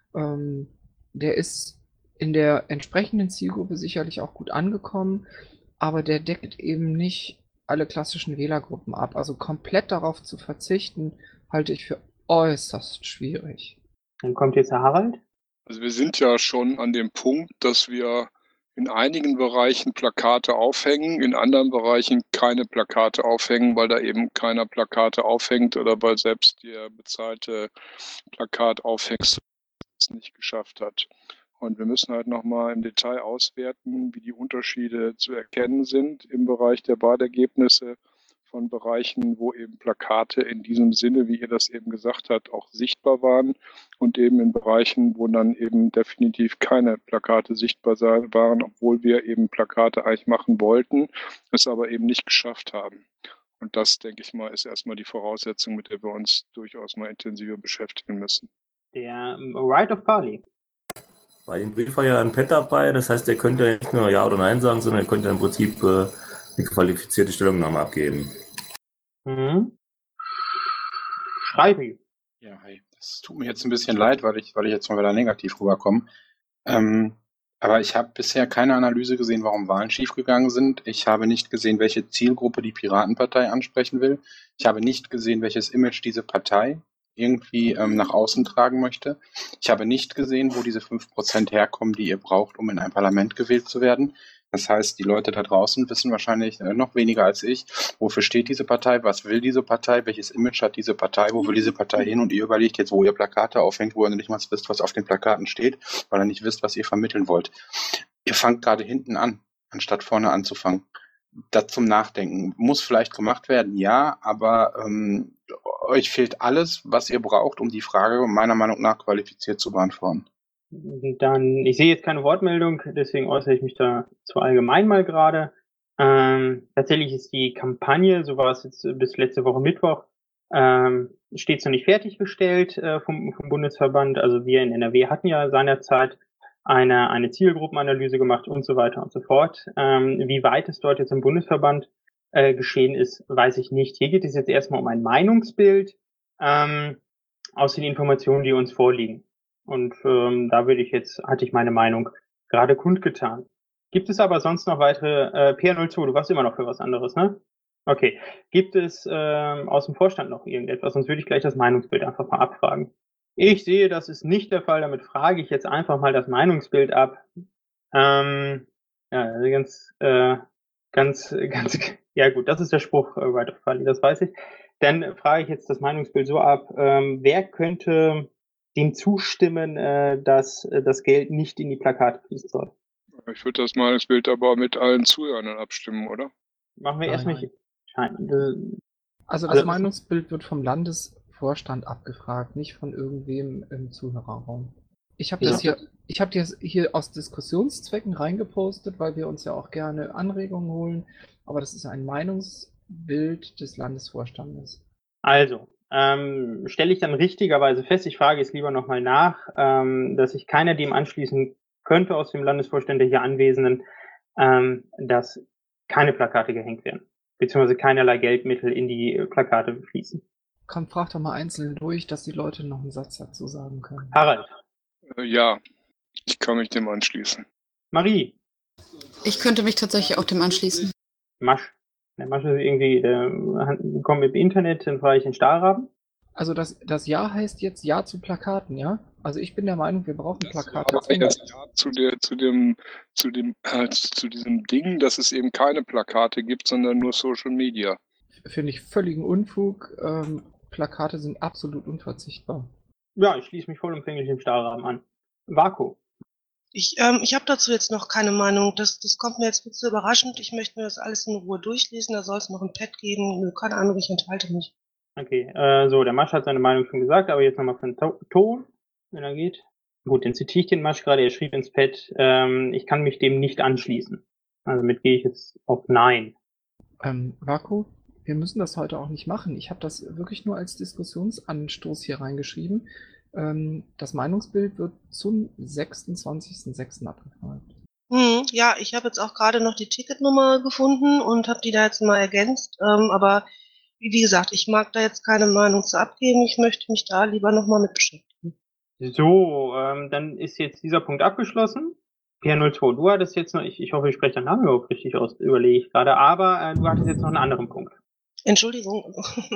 Ähm, der ist in der entsprechenden Zielgruppe sicherlich auch gut angekommen, aber der deckt eben nicht alle klassischen Wählergruppen ab. Also komplett darauf zu verzichten, halte ich für äußerst schwierig. Dann kommt jetzt Herr Harald. Also wir sind ja schon an dem Punkt, dass wir in einigen Bereichen Plakate aufhängen, in anderen Bereichen keine Plakate aufhängen, weil da eben keiner Plakate aufhängt oder weil selbst der bezahlte Plakataufhänger es nicht geschafft hat. Und wir müssen halt nochmal im Detail auswerten, wie die Unterschiede zu erkennen sind im Bereich der Wahlergebnisse von Bereichen, wo eben Plakate in diesem Sinne, wie ihr das eben gesagt habt, auch sichtbar waren und eben in Bereichen, wo dann eben definitiv keine Plakate sichtbar waren, obwohl wir eben Plakate eigentlich machen wollten, es aber eben nicht geschafft haben. Und das, denke ich mal, ist erstmal die Voraussetzung, mit der wir uns durchaus mal intensiver beschäftigen müssen. Der um, Right of Parley. Bei dem Brief war ja ein Pad dabei, das heißt, er könnte nicht nur Ja oder Nein sagen, sondern er könnte im Prinzip äh, eine qualifizierte Stellungnahme abgeben. Mhm. Schreibi. Ja, hi. Das tut mir jetzt ein bisschen leid, weil ich, weil ich jetzt mal wieder negativ rüberkomme. Ähm, aber ich habe bisher keine Analyse gesehen, warum Wahlen schiefgegangen sind. Ich habe nicht gesehen, welche Zielgruppe die Piratenpartei ansprechen will. Ich habe nicht gesehen, welches Image diese Partei irgendwie ähm, nach außen tragen möchte. Ich habe nicht gesehen, wo diese fünf Prozent herkommen, die ihr braucht, um in ein Parlament gewählt zu werden. Das heißt, die Leute da draußen wissen wahrscheinlich äh, noch weniger als ich, wofür steht diese Partei, was will diese Partei, welches Image hat diese Partei, wo will diese Partei hin, und ihr überlegt jetzt, wo ihr Plakate aufhängt, wo ihr nicht mal wisst, was auf den Plakaten steht, weil ihr nicht wisst, was ihr vermitteln wollt. Ihr fangt gerade hinten an, anstatt vorne anzufangen. Das zum Nachdenken muss vielleicht gemacht werden, ja, aber ähm, euch fehlt alles, was ihr braucht, um die Frage meiner Meinung nach qualifiziert zu beantworten. Dann, ich sehe jetzt keine Wortmeldung, deswegen äußere ich mich da zu allgemein mal gerade. Ähm, tatsächlich ist die Kampagne, so war es jetzt bis letzte Woche Mittwoch, ähm, stets noch nicht fertiggestellt äh, vom, vom Bundesverband. Also wir in N R W hatten ja seinerzeit eine, eine Zielgruppenanalyse gemacht und so weiter und so fort. Ähm, wie weit es dort jetzt im Bundesverband äh, geschehen ist, weiß ich nicht. Hier geht es jetzt erstmal um ein Meinungsbild ähm, aus den Informationen, die uns vorliegen. Und ähm, da würde ich jetzt, hatte ich meine Meinung gerade kundgetan. Gibt es aber sonst noch weitere, äh, P R null zwei, du warst immer noch für was anderes, ne? Okay. Gibt es ähm, aus dem Vorstand noch irgendetwas? Sonst würde ich gleich das Meinungsbild einfach mal abfragen. Ich sehe, das ist nicht der Fall, damit frage ich jetzt einfach mal das Meinungsbild ab. Ähm, ja, also ganz, äh, ganz, ganz, ja gut, das ist der Spruch, äh, right of Parley, das weiß ich. Dann frage ich jetzt das Meinungsbild so ab, ähm, wer könnte dem zustimmen, äh, dass äh, das Geld nicht in die Plakate fließen soll? Ich würde das Meinungsbild aber mit allen Zuhörern abstimmen, oder? Machen wir Nein, erstmal. nein. Also das Also- Meinungsbild wird vom Landesvorstand abgefragt, nicht von irgendwem im Zuhörerraum. Ich habe das Ja. hier, ich habe das hier aus Diskussionszwecken reingepostet, weil wir uns ja auch gerne Anregungen holen. Aber das ist ein Meinungsbild des Landesvorstandes. Also, ähm, stelle ich dann richtigerweise fest, ich frage jetzt lieber nochmal nach, ähm, dass sich keiner dem anschließen könnte aus dem Landesvorstand der hier Anwesenden, ähm, dass keine Plakate gehängt werden, beziehungsweise keinerlei Geldmittel in die äh, Plakate fließen. Komm, frag doch mal einzeln durch, dass die Leute noch einen Satz dazu sagen können. Harald, Äh, ja, ich kann mich dem anschließen. Marie, Ich könnte mich tatsächlich auch dem anschließen. Masch. Der Masch ist irgendwie, der kommt im Internet, dann frage ich den Stahlraben. Also das, das Ja heißt jetzt Ja zu Plakaten, ja? Also ich bin der Meinung, wir brauchen Plakate. Aber jetzt ja zu der, zu dem, zu dem, äh, zu diesem Ding, dass es eben keine Plakate gibt, sondern nur Social Media. Finde ich völligen Unfug. Ähm, Plakate sind absolut unverzichtbar. Ja, ich schließe mich vollumfänglich dem Stahlrahmen an. Vaku. Ich, ähm, ich habe dazu jetzt noch keine Meinung. Das, das kommt mir jetzt viel zu überraschend. Ich möchte mir das alles in Ruhe durchlesen. Da soll es noch ein Pad geben. Nö, keine Ahnung, ich enthalte mich. Okay, äh, so, der Masch hat seine Meinung schon gesagt, aber jetzt nochmal für den To- Ton, wenn er geht. Gut, dann zitiere ich den Masch gerade, er schrieb ins Pad, ähm, ich kann mich dem nicht anschließen. Also damit gehe ich jetzt auf Nein. Ähm, Vaku, wir müssen das heute auch nicht machen. Ich habe das wirklich nur als Diskussionsanstoß hier reingeschrieben. Ähm, das Meinungsbild wird zum sechsundzwanzigsten sechsten abgefragt. Hm, ja, ich habe jetzt auch gerade noch die Ticketnummer gefunden und habe die da jetzt mal ergänzt. Ähm, aber wie gesagt, ich mag da jetzt keine Meinung zu abgeben. Ich möchte mich da lieber nochmal mit beschäftigen. So, ähm, dann ist jetzt dieser Punkt abgeschlossen. P R null zwei, du hattest jetzt noch, ich, ich hoffe, ich spreche deinen Namen überhaupt richtig aus, überlege ich gerade, aber äh, du hattest jetzt noch einen anderen Punkt. Entschuldigung.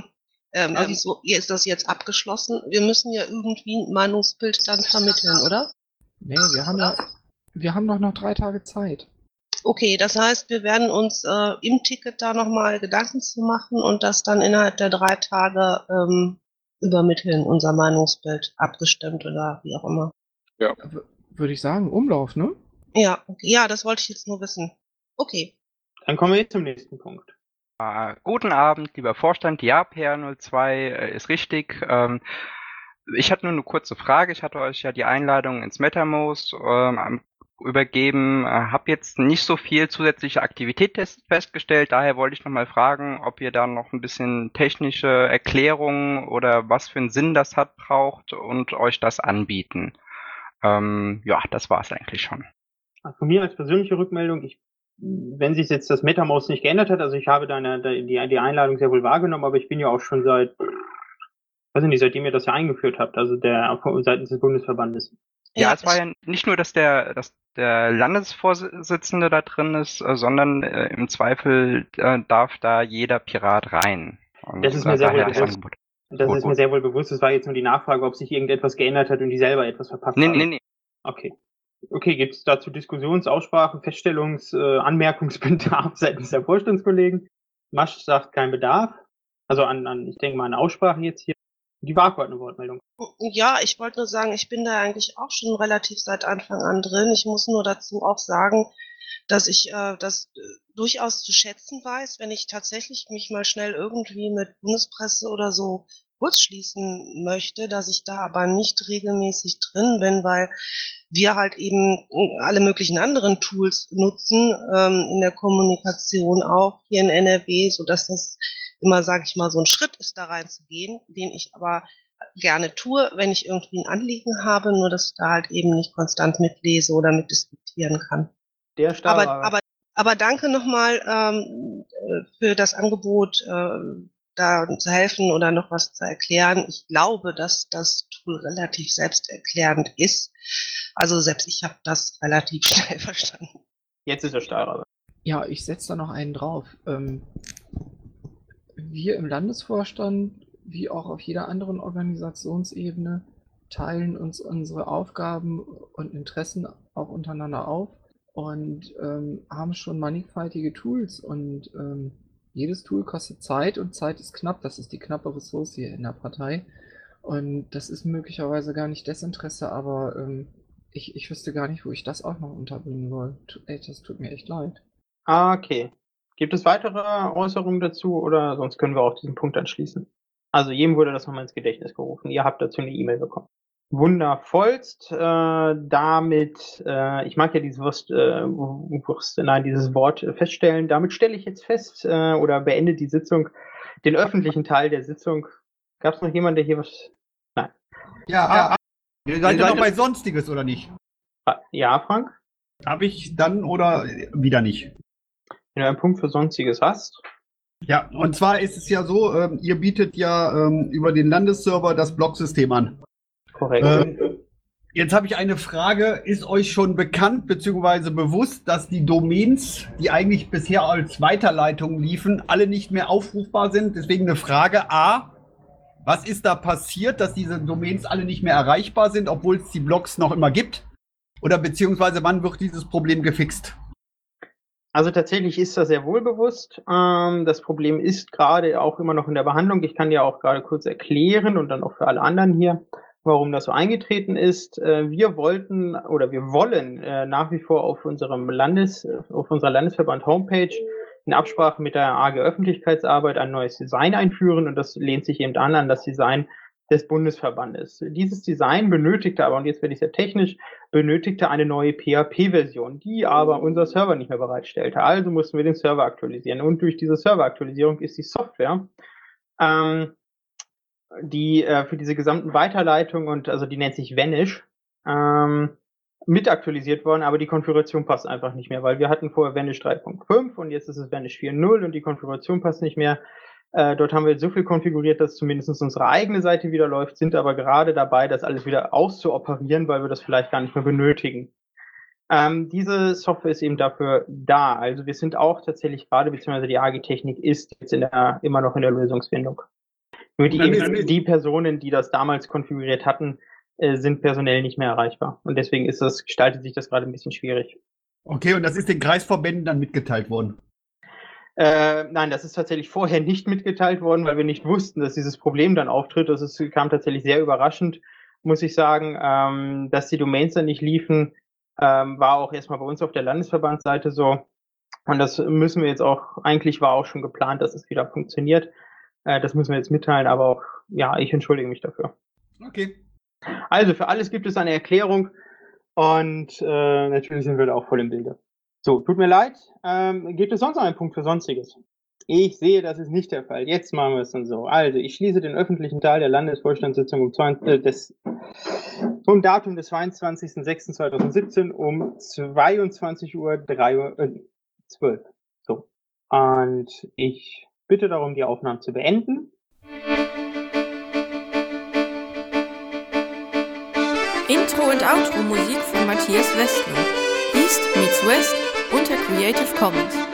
ähm, Ähm, wieso ist das jetzt abgeschlossen? Wir müssen ja irgendwie ein Meinungsbild dann vermitteln, oder? Nee, wir haben ja, wir haben doch noch drei Tage Zeit. Okay, das heißt, wir werden uns äh, im Ticket da nochmal Gedanken zu machen und das dann innerhalb der drei Tage ähm, übermitteln, unser Meinungsbild abgestimmt oder wie auch immer. Ja. würde ich sagen, Umlauf, ne? Ja, okay. Ja, das wollte ich jetzt nur wissen. Okay. Dann kommen wir jetzt zum nächsten Punkt. Äh, guten Abend, lieber Vorstand. Ja, P R null zwei äh, ist richtig. Ähm, ich hatte nur eine kurze Frage. Ich hatte euch ja die Einladung ins MetaMost ähm, übergeben. Äh, habe jetzt nicht so viel zusätzliche Aktivität festgestellt. Daher wollte ich nochmal fragen, ob ihr da noch ein bisschen technische Erklärungen oder was für einen Sinn das hat braucht und euch das anbieten. Ähm, ja, das war es eigentlich schon. Von mir als persönliche Rückmeldung, ich, wenn sich jetzt das MetaMost nicht geändert hat, also ich habe deine, die, die Einladung sehr wohl wahrgenommen, aber ich bin ja auch schon seit, weiß ich nicht, seitdem ihr das ja eingeführt habt, also der seitens des Bundesverbandes. Ja, ja, es war ja nicht nur, dass der, dass der Landesvorsitzende da drin ist, äh, sondern äh, im Zweifel äh, darf da jeder Pirat rein. Und das ist mir sehr wohl bewusst. Angebot. Das gut, ist gut. mir sehr wohl bewusst. Es war jetzt nur die Nachfrage, ob sich irgendetwas geändert hat und die selber etwas verpasst nee, haben. Nee, nee, Okay. Okay, gibt es dazu Diskussions-, Aussprachen, Feststellungs-, äh, Anmerkungsbedarf seitens der Vorstandskollegen? Masch sagt kein Bedarf. Also an, an, ich denke mal an Aussprache jetzt hier. Die Barco hat eine Wortmeldung. Ja, ich wollte nur sagen, ich bin da eigentlich auch schon relativ seit Anfang an drin. Ich muss nur dazu auch sagen, dass ich äh, das äh, durchaus zu schätzen weiß, wenn ich tatsächlich mich mal schnell irgendwie mit Bundespresse oder so kurzschließen möchte, dass ich da aber nicht regelmäßig drin bin, weil wir halt eben alle möglichen anderen Tools nutzen, ähm, in der Kommunikation auch hier in N R W, so dass das immer, sage ich mal, so ein Schritt ist, da reinzugehen, den ich aber gerne tue, wenn ich irgendwie ein Anliegen habe, nur dass ich da halt eben nicht konstant mitlese oder mitdiskutieren kann. Der aber, aber, aber danke nochmal ähm, für das Angebot, äh, da zu helfen oder noch was zu erklären. Ich glaube, dass das Tool relativ selbsterklärend ist. Also selbst ich habe das relativ schnell verstanden. Jetzt ist der Stahlrabe. Ja, ich setze da noch einen drauf. Ähm, wir im Landesvorstand, wie auch auf jeder anderen Organisationsebene, teilen uns unsere Aufgaben und Interessen auch untereinander auf und ähm, haben schon mannigfaltige Tools und ähm, jedes Tool kostet Zeit und Zeit ist knapp. Das ist die knappe Ressource hier in der Partei. Und das ist möglicherweise gar nicht Desinteresse, aber ähm, ich, ich wüsste gar nicht, wo ich das auch noch unterbringen soll. Ey, das tut mir echt leid. Ah, okay. Gibt es weitere Äußerungen dazu oder sonst können wir auch diesen Punkt anschließen? Also jedem wurde das nochmal ins Gedächtnis gerufen. Ihr habt dazu eine E-Mail bekommen. Wundervollst. Äh, damit, äh, ich mag ja dieses Wurst, äh, Wurst, nein, dieses Wort äh, feststellen. Damit stelle ich jetzt fest äh, oder beende die Sitzung, den öffentlichen Teil der Sitzung. Gab es noch jemanden, der hier was? Nein. Ja, ja. Ihr seid ja noch bei Sonstiges, oder nicht? Ja, Frank? Habe ich dann oder wieder nicht? Wenn du einen Punkt für Sonstiges hast. Ja, und zwar ist es ja so, ähm, ihr bietet ja ähm, über den Landesserver das Blocksystem an. Korrekt. Ähm, jetzt habe ich eine Frage. Ist euch schon bekannt bzw. bewusst, dass die Domains, die eigentlich bisher als Weiterleitung liefen, alle nicht mehr aufrufbar sind? Deswegen eine Frage. A, was ist da passiert, dass diese Domains alle nicht mehr erreichbar sind, obwohl es die Blogs noch immer gibt? Oder beziehungsweise wann wird dieses Problem gefixt? Also tatsächlich ist das sehr wohl bewusst. Ähm, das Problem ist gerade auch immer noch in der Behandlung. Ich kann ja auch gerade kurz erklären und dann auch für alle anderen hier, warum das so eingetreten ist. Äh, wir wollten oder wir wollen äh, nach wie vor auf unserem Landes, auf unserer Landesverband Homepage in Absprache mit der A G Öffentlichkeitsarbeit ein neues Design einführen und das lehnt sich eben an an das Design des Bundesverbandes. Dieses Design benötigte aber, und jetzt werde ich sehr technisch, benötigte eine neue P H P-Version, die aber unser Server nicht mehr bereitstellte. Also mussten wir den Server aktualisieren. Und durch diese Serveraktualisierung ist die Software, ähm, die äh, für diese gesamten Weiterleitungen, und also die nennt sich Vanish, ähm, mit aktualisiert worden, aber die Konfiguration passt einfach nicht mehr, weil wir hatten vorher Vanish drei Punkt fünf und jetzt ist es Vanish vier Punkt null und die Konfiguration passt nicht mehr. Äh, dort haben wir jetzt so viel konfiguriert, dass zumindest unsere eigene Seite wieder läuft, sind aber gerade dabei, das alles wieder auszuoperieren, weil wir das vielleicht gar nicht mehr benötigen. Ähm, diese Software ist eben dafür da. Also wir sind auch tatsächlich gerade, beziehungsweise die A G Technik ist jetzt in der, immer noch in der Lösungsfindung. Nur die, eben, die Personen, die das damals konfiguriert hatten, äh, sind personell nicht mehr erreichbar. Und deswegen ist das, gestaltet sich das gerade ein bisschen schwierig. Okay, und das ist den Kreisverbänden dann mitgeteilt worden? Äh, nein, das ist tatsächlich vorher nicht mitgeteilt worden, weil wir nicht wussten, dass dieses Problem dann auftritt. Das ist, kam tatsächlich sehr überraschend. muss ich sagen, ähm, dass die Domains dann nicht liefen, ähm, war auch erstmal bei uns auf der Landesverbandsseite so. Und das müssen wir jetzt auch, eigentlich war auch schon geplant, dass es wieder funktioniert. Äh, das müssen wir jetzt mitteilen, aber auch, ja, ich entschuldige mich dafür. Okay. Also für alles gibt es eine Erklärung und äh, natürlich sind wir da auch voll im Bilde. So, tut mir leid. Ähm, gibt es sonst noch einen Punkt für Sonstiges? Ich sehe, das ist nicht der Fall. Jetzt machen wir es dann so. Also, ich schließe den öffentlichen Teil der Landesvorstandssitzung um zwanzig, äh, des, vom Datum des zweiundzwanzigsten sechsten zweitausendsiebzehn um zweiundzwanzig Uhr zwölf. So. Und ich bitte darum, die Aufnahme zu beenden. Intro und Outro Musik von Matthias Westner. East meets West unter Creative Commons.